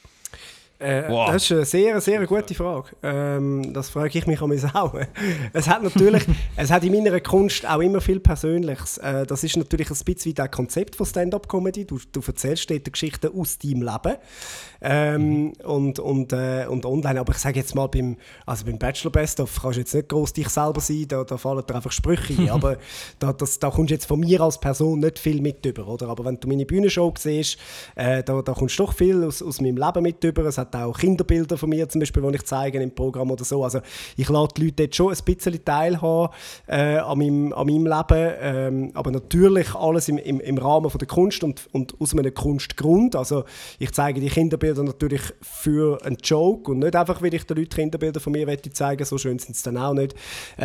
Wow. Das ist eine sehr, sehr gute Frage. Das frage ich mich auch. Es hat in meiner Kunst auch immer viel Persönliches. Das ist natürlich ein bisschen wie das Konzept von Stand-up-Comedy. Du erzählst dort Geschichten aus deinem Leben. Und online. Aber ich sage jetzt mal, beim Bachelor Best-of kannst du jetzt nicht gross dich selber sein, da fallen dir einfach Sprüche ein. Aber da kommst du jetzt von mir als Person nicht viel mit über. Oder? Aber wenn du meine Bühnenshow siehst, da kommst du doch viel aus meinem Leben mit über. Es hat auch Kinderbilder von mir zum Beispiel, die ich zeige im Programm oder so. Also ich lasse die Leute jetzt schon ein bisschen teilhaben an meinem Leben. Aber natürlich alles im Rahmen von der Kunst und aus einem Kunstgrund. Also ich zeige die Kinderbilder natürlich für einen Joke und nicht einfach, weil ich den Leuten Kinderbilder von mir zeigen möchte. So schön sind es dann auch nicht.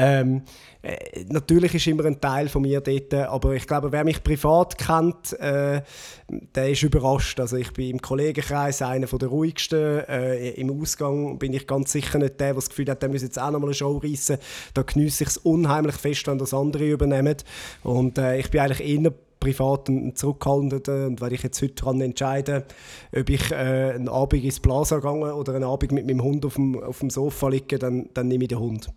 Natürlich ist immer ein Teil von mir dort, aber ich glaube, wer mich privat kennt, der ist überrascht. Also ich bin im Kollegenkreis einer der ruhigsten. Im Ausgang bin ich ganz sicher nicht der das Gefühl hat, der muss jetzt auch noch mal eine Show reissen. Da geniesse ich es unheimlich fest, wenn das andere übernehmen. Und ich bin eigentlich eher privat ein zurückhaltender. Und wenn ich jetzt heute daran entscheide, ob ich einen Abend ins Plaza gehe oder einen Abend mit meinem Hund auf dem Sofa liege, dann nehme ich den Hund.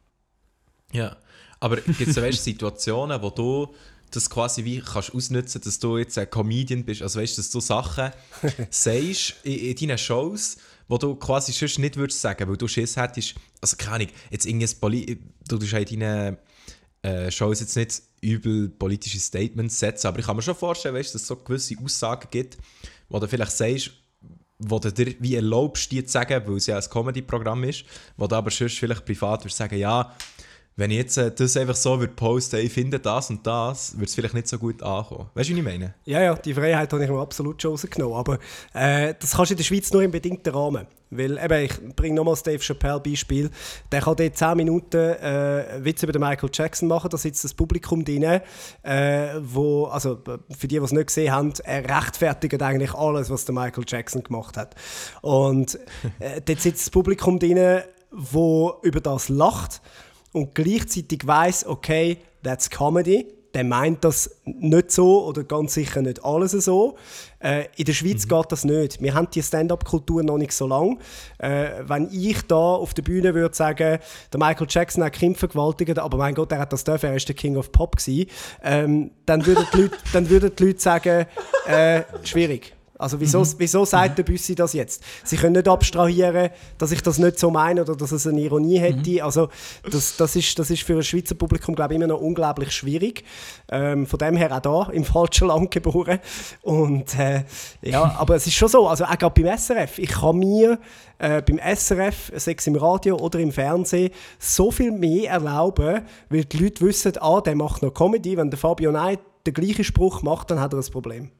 Ja, aber gibt es Situationen, wo du das quasi wie kannst ausnutzen, dass du jetzt ein Comedian bist, also weißt, dass du Sachen sagst in deinen Shows, wo du quasi sonst nicht würdest sagen, weil du Schiss hättest, also keine Ahnung, jetzt du tust in deinen Shows jetzt nicht übel politische Statements setzen, aber ich kann mir schon vorstellen, weißt, dass es so gewisse Aussagen gibt, wo du vielleicht sagst, wo du dir wie erlaubst, die zu sagen, weil es ja ein Comedy-Programm ist, wo du aber sonst vielleicht privat würdest sagen, ja, wenn ich jetzt das einfach so würde posten, ich finde das und das, würde es vielleicht nicht so gut ankommen. Weißt du, was ich meine? Ja, die Freiheit habe ich mir absolut schon rausgenommen. Aber das kannst du in der Schweiz nur im bedingten Rahmen. Weil, eben, ich bringe nochmal das Dave Chappelle-Beispiel. Der kann dort 10 Minuten Witze über den Michael Jackson machen. Da sitzt das Publikum drin, wo, also für die es nicht gesehen haben, er rechtfertigt eigentlich alles, was der Michael Jackson gemacht hat. Und dort sitzt das Publikum drin, wo über das lacht und gleichzeitig weiss, okay, that's Comedy. Der meint das nicht so oder ganz sicher nicht alles so. In der Schweiz geht das nicht. Wir haben die Stand-up-Kultur noch nicht so lange. Wenn ich da auf der Bühne würde sagen, der Michael Jackson hat Kinder vergewaltigt, aber mein Gott, er hat das dürfen, er ist der King of Pop gewesen, dann würden die Leute sagen, schwierig. Also wieso sagt der Büssi das jetzt? Sie können nicht abstrahieren, dass ich das nicht so meine oder dass es eine Ironie hätte. Also das ist für ein Schweizer Publikum, glaube ich, immer noch unglaublich schwierig. Von dem her auch da im falschen Land geboren. Und ja, aber es ist schon so, also auch gerade beim SRF, ich kann mir beim SRF, sei es im Radio oder im Fernsehen, so viel mehr erlauben, weil die Leute wissen, der macht noch Comedy. Wenn der Fabio Neid den gleichen Spruch macht, dann hat er ein Problem.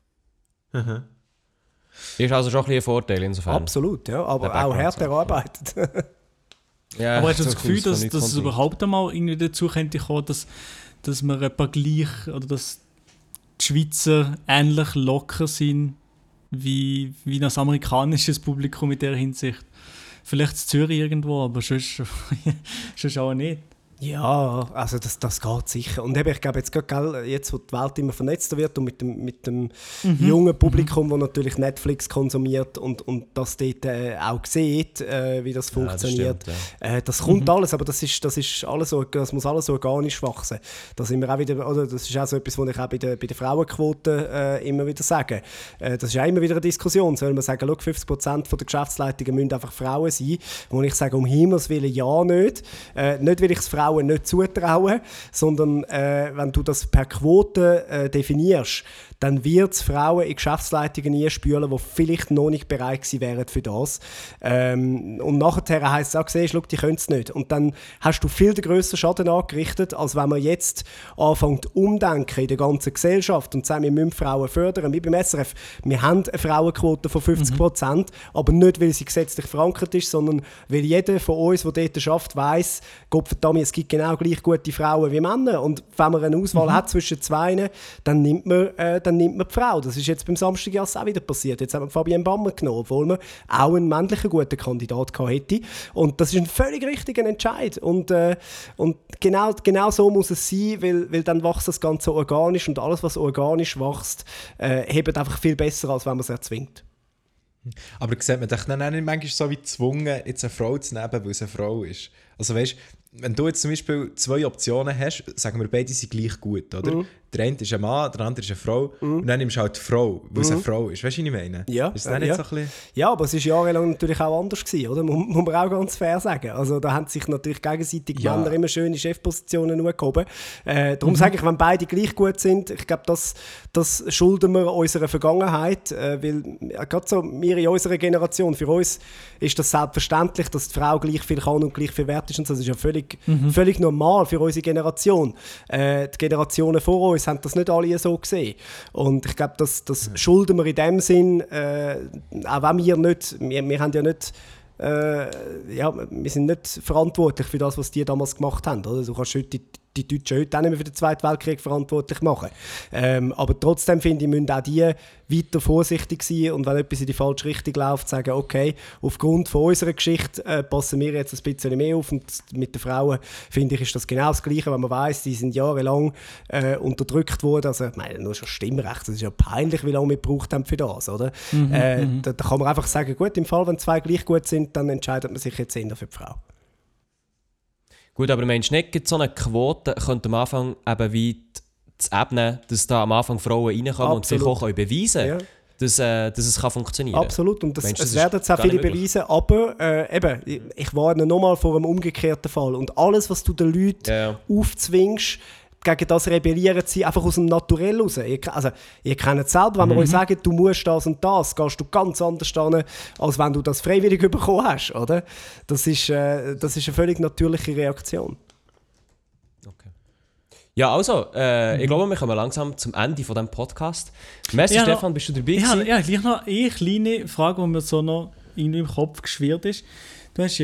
Ist also schon ein bisschen ein Vorteil insofern. Absolut, ja, aber auch hart erarbeitet. Ja, Aber hast du das so Gefühl, cool, dass es überhaupt einmal irgendwie dazu könnte kommen, dass wir etwa gleich oder dass die Schweizer ähnlich locker sind wie das amerikanische Publikum in dieser Hinsicht? Vielleicht in Zürich irgendwo, aber sonst auch nicht. Ja, also das geht sicher. Und eben, ich glaube, jetzt wo die Welt immer vernetzter wird und mit dem jungen Publikum, das natürlich Netflix konsumiert und das dort auch sieht, wie das funktioniert. Das stimmt, das kommt alles, aber das ist alles so, das muss alles organisch wachsen. Da sind wir auch wieder, oder das ist auch so etwas, was ich auch bei der Frauenquote immer wieder sage. Das ist auch immer wieder eine Diskussion. Soll man sagen, 50% der Geschäftsleitungen müssen einfach Frauen sein? Wo ich sage, um Himmels Willen ja nicht. Nicht, weil ich es Frauen Frauen nicht zutrauen, sondern wenn du das per Quote definierst, dann wird es Frauen in Geschäftsleitungen einspülen, die vielleicht noch nicht bereit gewesen wären für das. Und nachher heisst es auch, siehst du, die können es nicht. Und dann hast du viel grösseren Schaden angerichtet, als wenn man jetzt anfängt umdenken in der ganzen Gesellschaft und sagen, wir müssen Frauen fördern. Wie beim SRF, wir haben eine Frauenquote von 50%, aber nicht, weil sie gesetzlich verankert ist, sondern weil jeder von uns, der dort arbeitet, weiss, Gottverdammt, es gibt genau gleich gute Frauen wie Männer. Und wenn man eine Auswahl hat zwischen zwei, dann nimmt man die Frau. Das ist jetzt beim Samstag auch wieder passiert. Jetzt haben wir Fabienne Bammer genommen, obwohl man auch einen männlichen guten Kandidat hätte. Und das ist ein völlig richtiger Entscheid. Und genau so muss es sein, weil dann wächst das Ganze organisch und alles, was organisch wächst, hebt einfach viel besser, als wenn man es erzwingt. Aber sieht man doch dann nicht manchmal so wie gezwungen, jetzt eine Frau zu nehmen, weil es eine Frau ist. Also weißt, wenn du jetzt zum Beispiel 2 Optionen hast, sagen wir, beide sind gleich gut, oder? Der eine ist ein Mann, der andere ist eine Frau. Und dann nimmst du halt die Frau, weil es eine Frau ist. Weißt du, was ich meine? Ja, ist das nicht so ein bisschen... Ja, aber es war jahrelang natürlich auch anders gewesen, oder? Muss man auch ganz fair sagen. Also da haben sich natürlich gegenseitig Männer immer schöne Chefpositionen gehoben. Darum sage ich, wenn beide gleich gut sind, ich glaube, das schulden wir unserer Vergangenheit, weil gerade so wir in unserer Generation, für uns ist das selbstverständlich, dass die Frau gleich viel kann und gleich viel wert ist. Und das ist ja völlig normal für unsere Generation. Die Generationen vor uns haben das nicht alle so gesehen. Und ich glaube, das schulden wir in dem Sinn, auch wenn wir haben ja nicht, wir sind nicht verantwortlich für das, was die damals gemacht haben. Oder? Du kannst die Deutschen heute auch nicht mehr für den Zweiten Weltkrieg verantwortlich machen. Aber trotzdem finde ich, müssen auch die weiter vorsichtig sein und wenn etwas in die falsche Richtung läuft, sagen, okay, aufgrund von unserer Geschichte passen wir jetzt ein bisschen mehr auf und mit den Frauen, finde ich, ist das genau das Gleiche, wenn man weiss, die sind jahrelang unterdrückt worden. Also, ich meine, nur schon Stimmrecht, das ist ja peinlich, wie lange wir gebraucht haben für das, oder? Da kann man einfach sagen, gut, im Fall, wenn 2 gleich gut sind, dann entscheidet man sich jetzt eher für die Frau. Gut, aber meinst du nicht, so eine Quote könnte am Anfang eben wie zu ebnen, dass da am Anfang Frauen reinkommen und sich auch beweisen können, dass es kann funktionieren kann? Absolut, und es werden auch viele beweisen, aber ich warne nochmal vor einem umgekehrten Fall. Und alles, was du den Leuten aufzwingst, gegen das rebellieren sie einfach aus dem Naturell raus. Ihr kennt es selber, wenn wir euch sagen, du musst das und das, gehst du ganz anders hin, als wenn du das freiwillig bekommen hast, oder? Das ist eine völlig natürliche Reaktion. Okay. Ja, also, ich glaube, wir kommen langsam zum Ende von diesem Podcast. Merci, Stefan, bist du dabei gewesen? Ja, gleich noch eine kleine Frage, die mir so noch irgendwie im Kopf geschwirrt ist. Du hast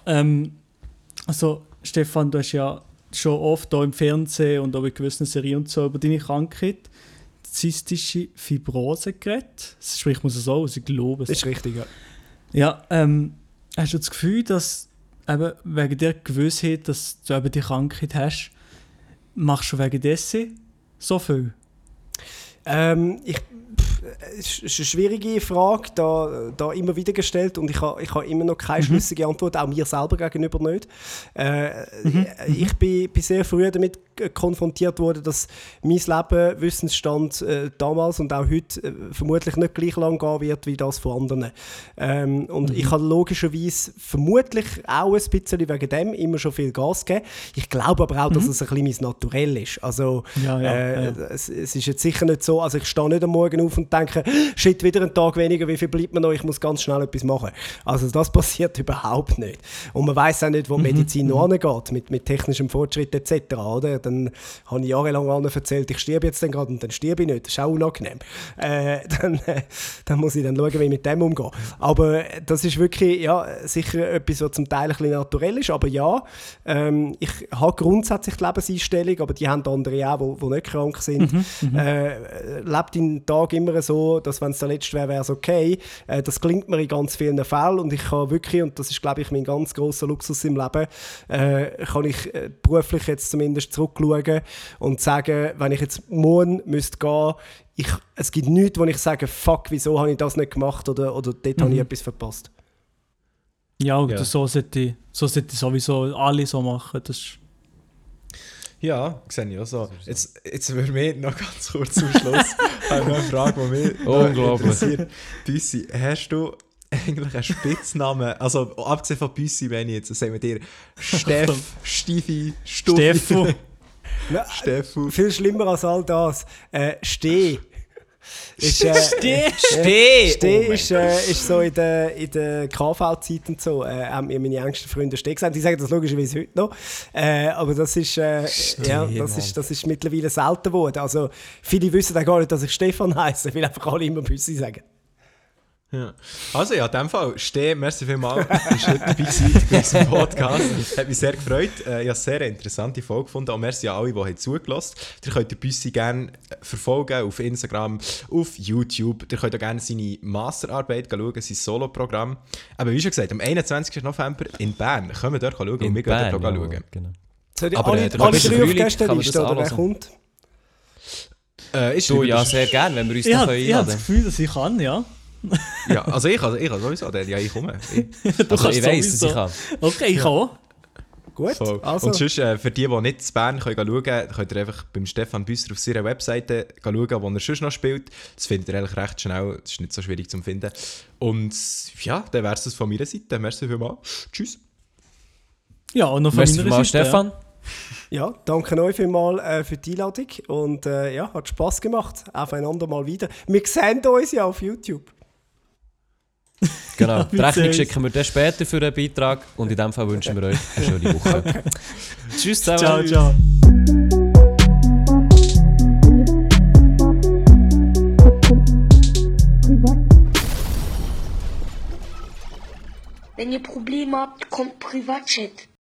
Stefan, du hast ja schon oft hier im Fernsehen und auch in gewissen Serien und so über deine Krankheit, zystische Fibrose, geredet. Das spricht man so aus, ich glaube es. Das ist richtig, ja. Ja, hast du das Gefühl, dass eben wegen der Gewissheit, dass du eben die Krankheit hast, machst du wegen dessen so viel? Es ist eine schwierige Frage, da immer wieder gestellt und ich habe immer noch keine schlüssige Antwort, auch mir selber gegenüber nicht. Ich bin sehr früh damit konfrontiert worden, dass mein Leben, Wissensstand damals und auch heute vermutlich nicht gleich lang gehen wird wie das von anderen. Und ich habe logischerweise vermutlich auch ein bisschen wegen dem immer schon viel Gas gegeben. Ich glaube aber auch, dass es ein bisschen mein Naturell ist. Also es ist jetzt sicher nicht so, also ich stehe nicht am Morgen auf und denke, shit, wieder ein Tag weniger, wie viel bleibt mir noch, ich muss ganz schnell etwas machen. Also das passiert überhaupt nicht. Und man weiss auch nicht, wo Medizin noch angeht, mit technischem Fortschritt etc. Oder? Dann habe ich jahrelang allen erzählt, ich sterbe jetzt gerade und dann sterbe ich nicht. Das ist auch unangenehm. Dann muss ich dann schauen, wie ich mit dem umgehe. Aber das ist wirklich sicher etwas, was zum Teil ein bisschen naturell ist. Aber ja, ich habe grundsätzlich die Lebenseinstellung, aber die haben andere auch, die nicht krank sind. Lebt den Tag immer so, dass wenn es der letzte wäre, wäre es okay. Das gelingt mir in ganz vielen Fällen und ich kann wirklich, und das ist glaube ich mein ganz grosser Luxus im Leben, kann ich beruflich jetzt zumindest zurückschauen und sagen, wenn ich jetzt morgen müsste gehen, es gibt nichts, wo ich sage, fuck, wieso habe ich das nicht gemacht oder dort habe ich etwas verpasst. Ja, oder so sollte sowieso alle so machen. Das Ja, sehe ich auch so. Jetzt würde mich noch ganz kurz zum Schluss noch eine Frage, die mich interessiert. Düssi, hast du eigentlich einen Spitznamen? Also, abgesehen von Büssi, wenn ich jetzt, sagen wir dir Steff, Stifi, Stuffi. Steffu. Ja, Steffu. viel schlimmer als all das. Steh. Steh! Steh ist so in der KV-Zeit und so, haben mir meine engsten Freunde Steh gesagt. Die sagen das logischerweise heute noch. Aber das ist, das ist mittlerweile selten geworden. Also, viele wissen auch gar nicht, dass ich Stefan heisse, weil einfach alle immer Büssi sagen. Ja. Also ja, in dem Fall, Steh, merci vielmals, bist du dabei gewesen bei unserem Podcast. Hat mich sehr gefreut. Ich habe eine sehr interessante Folge gefunden. Und merci an alle, die zugelassen haben. Ihr könnt den Büssi gerne verfolgen auf Instagram, auf YouTube. Ihr könnt auch gerne seine Masterarbeit schauen, sein Soloprogramm. Aber wie schon gesagt, am 21. November in Bern. Können wir dort schauen und wir gehen dort auch schauen. Genau. Soll ich Aber, alle der drei auf Frühling kann man Gästeliste das oder wer anhören. kommt? Ist Du, lieber ja, das- sehr gerne, wenn wir uns Ich da habe das einladen. Gefühl, dass ich kann, ja. Ja, also ich sowieso, ja, ich komme. Du Also ich weiss, dass sowieso. ich kann. Okay, ich kann auch. Gut, Voll. also. Und sonst, für die nicht in Bern schauen können, könnt ihr einfach beim Stefan Büsser auf seiner Webseite schauen, wo er sonst noch spielt. Das findet ihr eigentlich recht schnell, das ist nicht so schwierig zu finden. Und ja, dann wäre es das von meiner Seite. Merci vielmals. Tschüss. Ja, und noch von Merci meiner vielmals, Seite. Stefan. Ja, danke euch vielmals für die Einladung und ja, hat Spass gemacht. Aufeinander mal wieder. Wir sehen uns ja auf YouTube. Genau. Die Wir Rechnung sehen schicken wir dann später für den Beitrag und in dem Fall wünschen wir euch eine schöne Woche. Tschüss zusammen. Ciao, ciao. Wenn ihr Probleme habt, kommt Privatchat.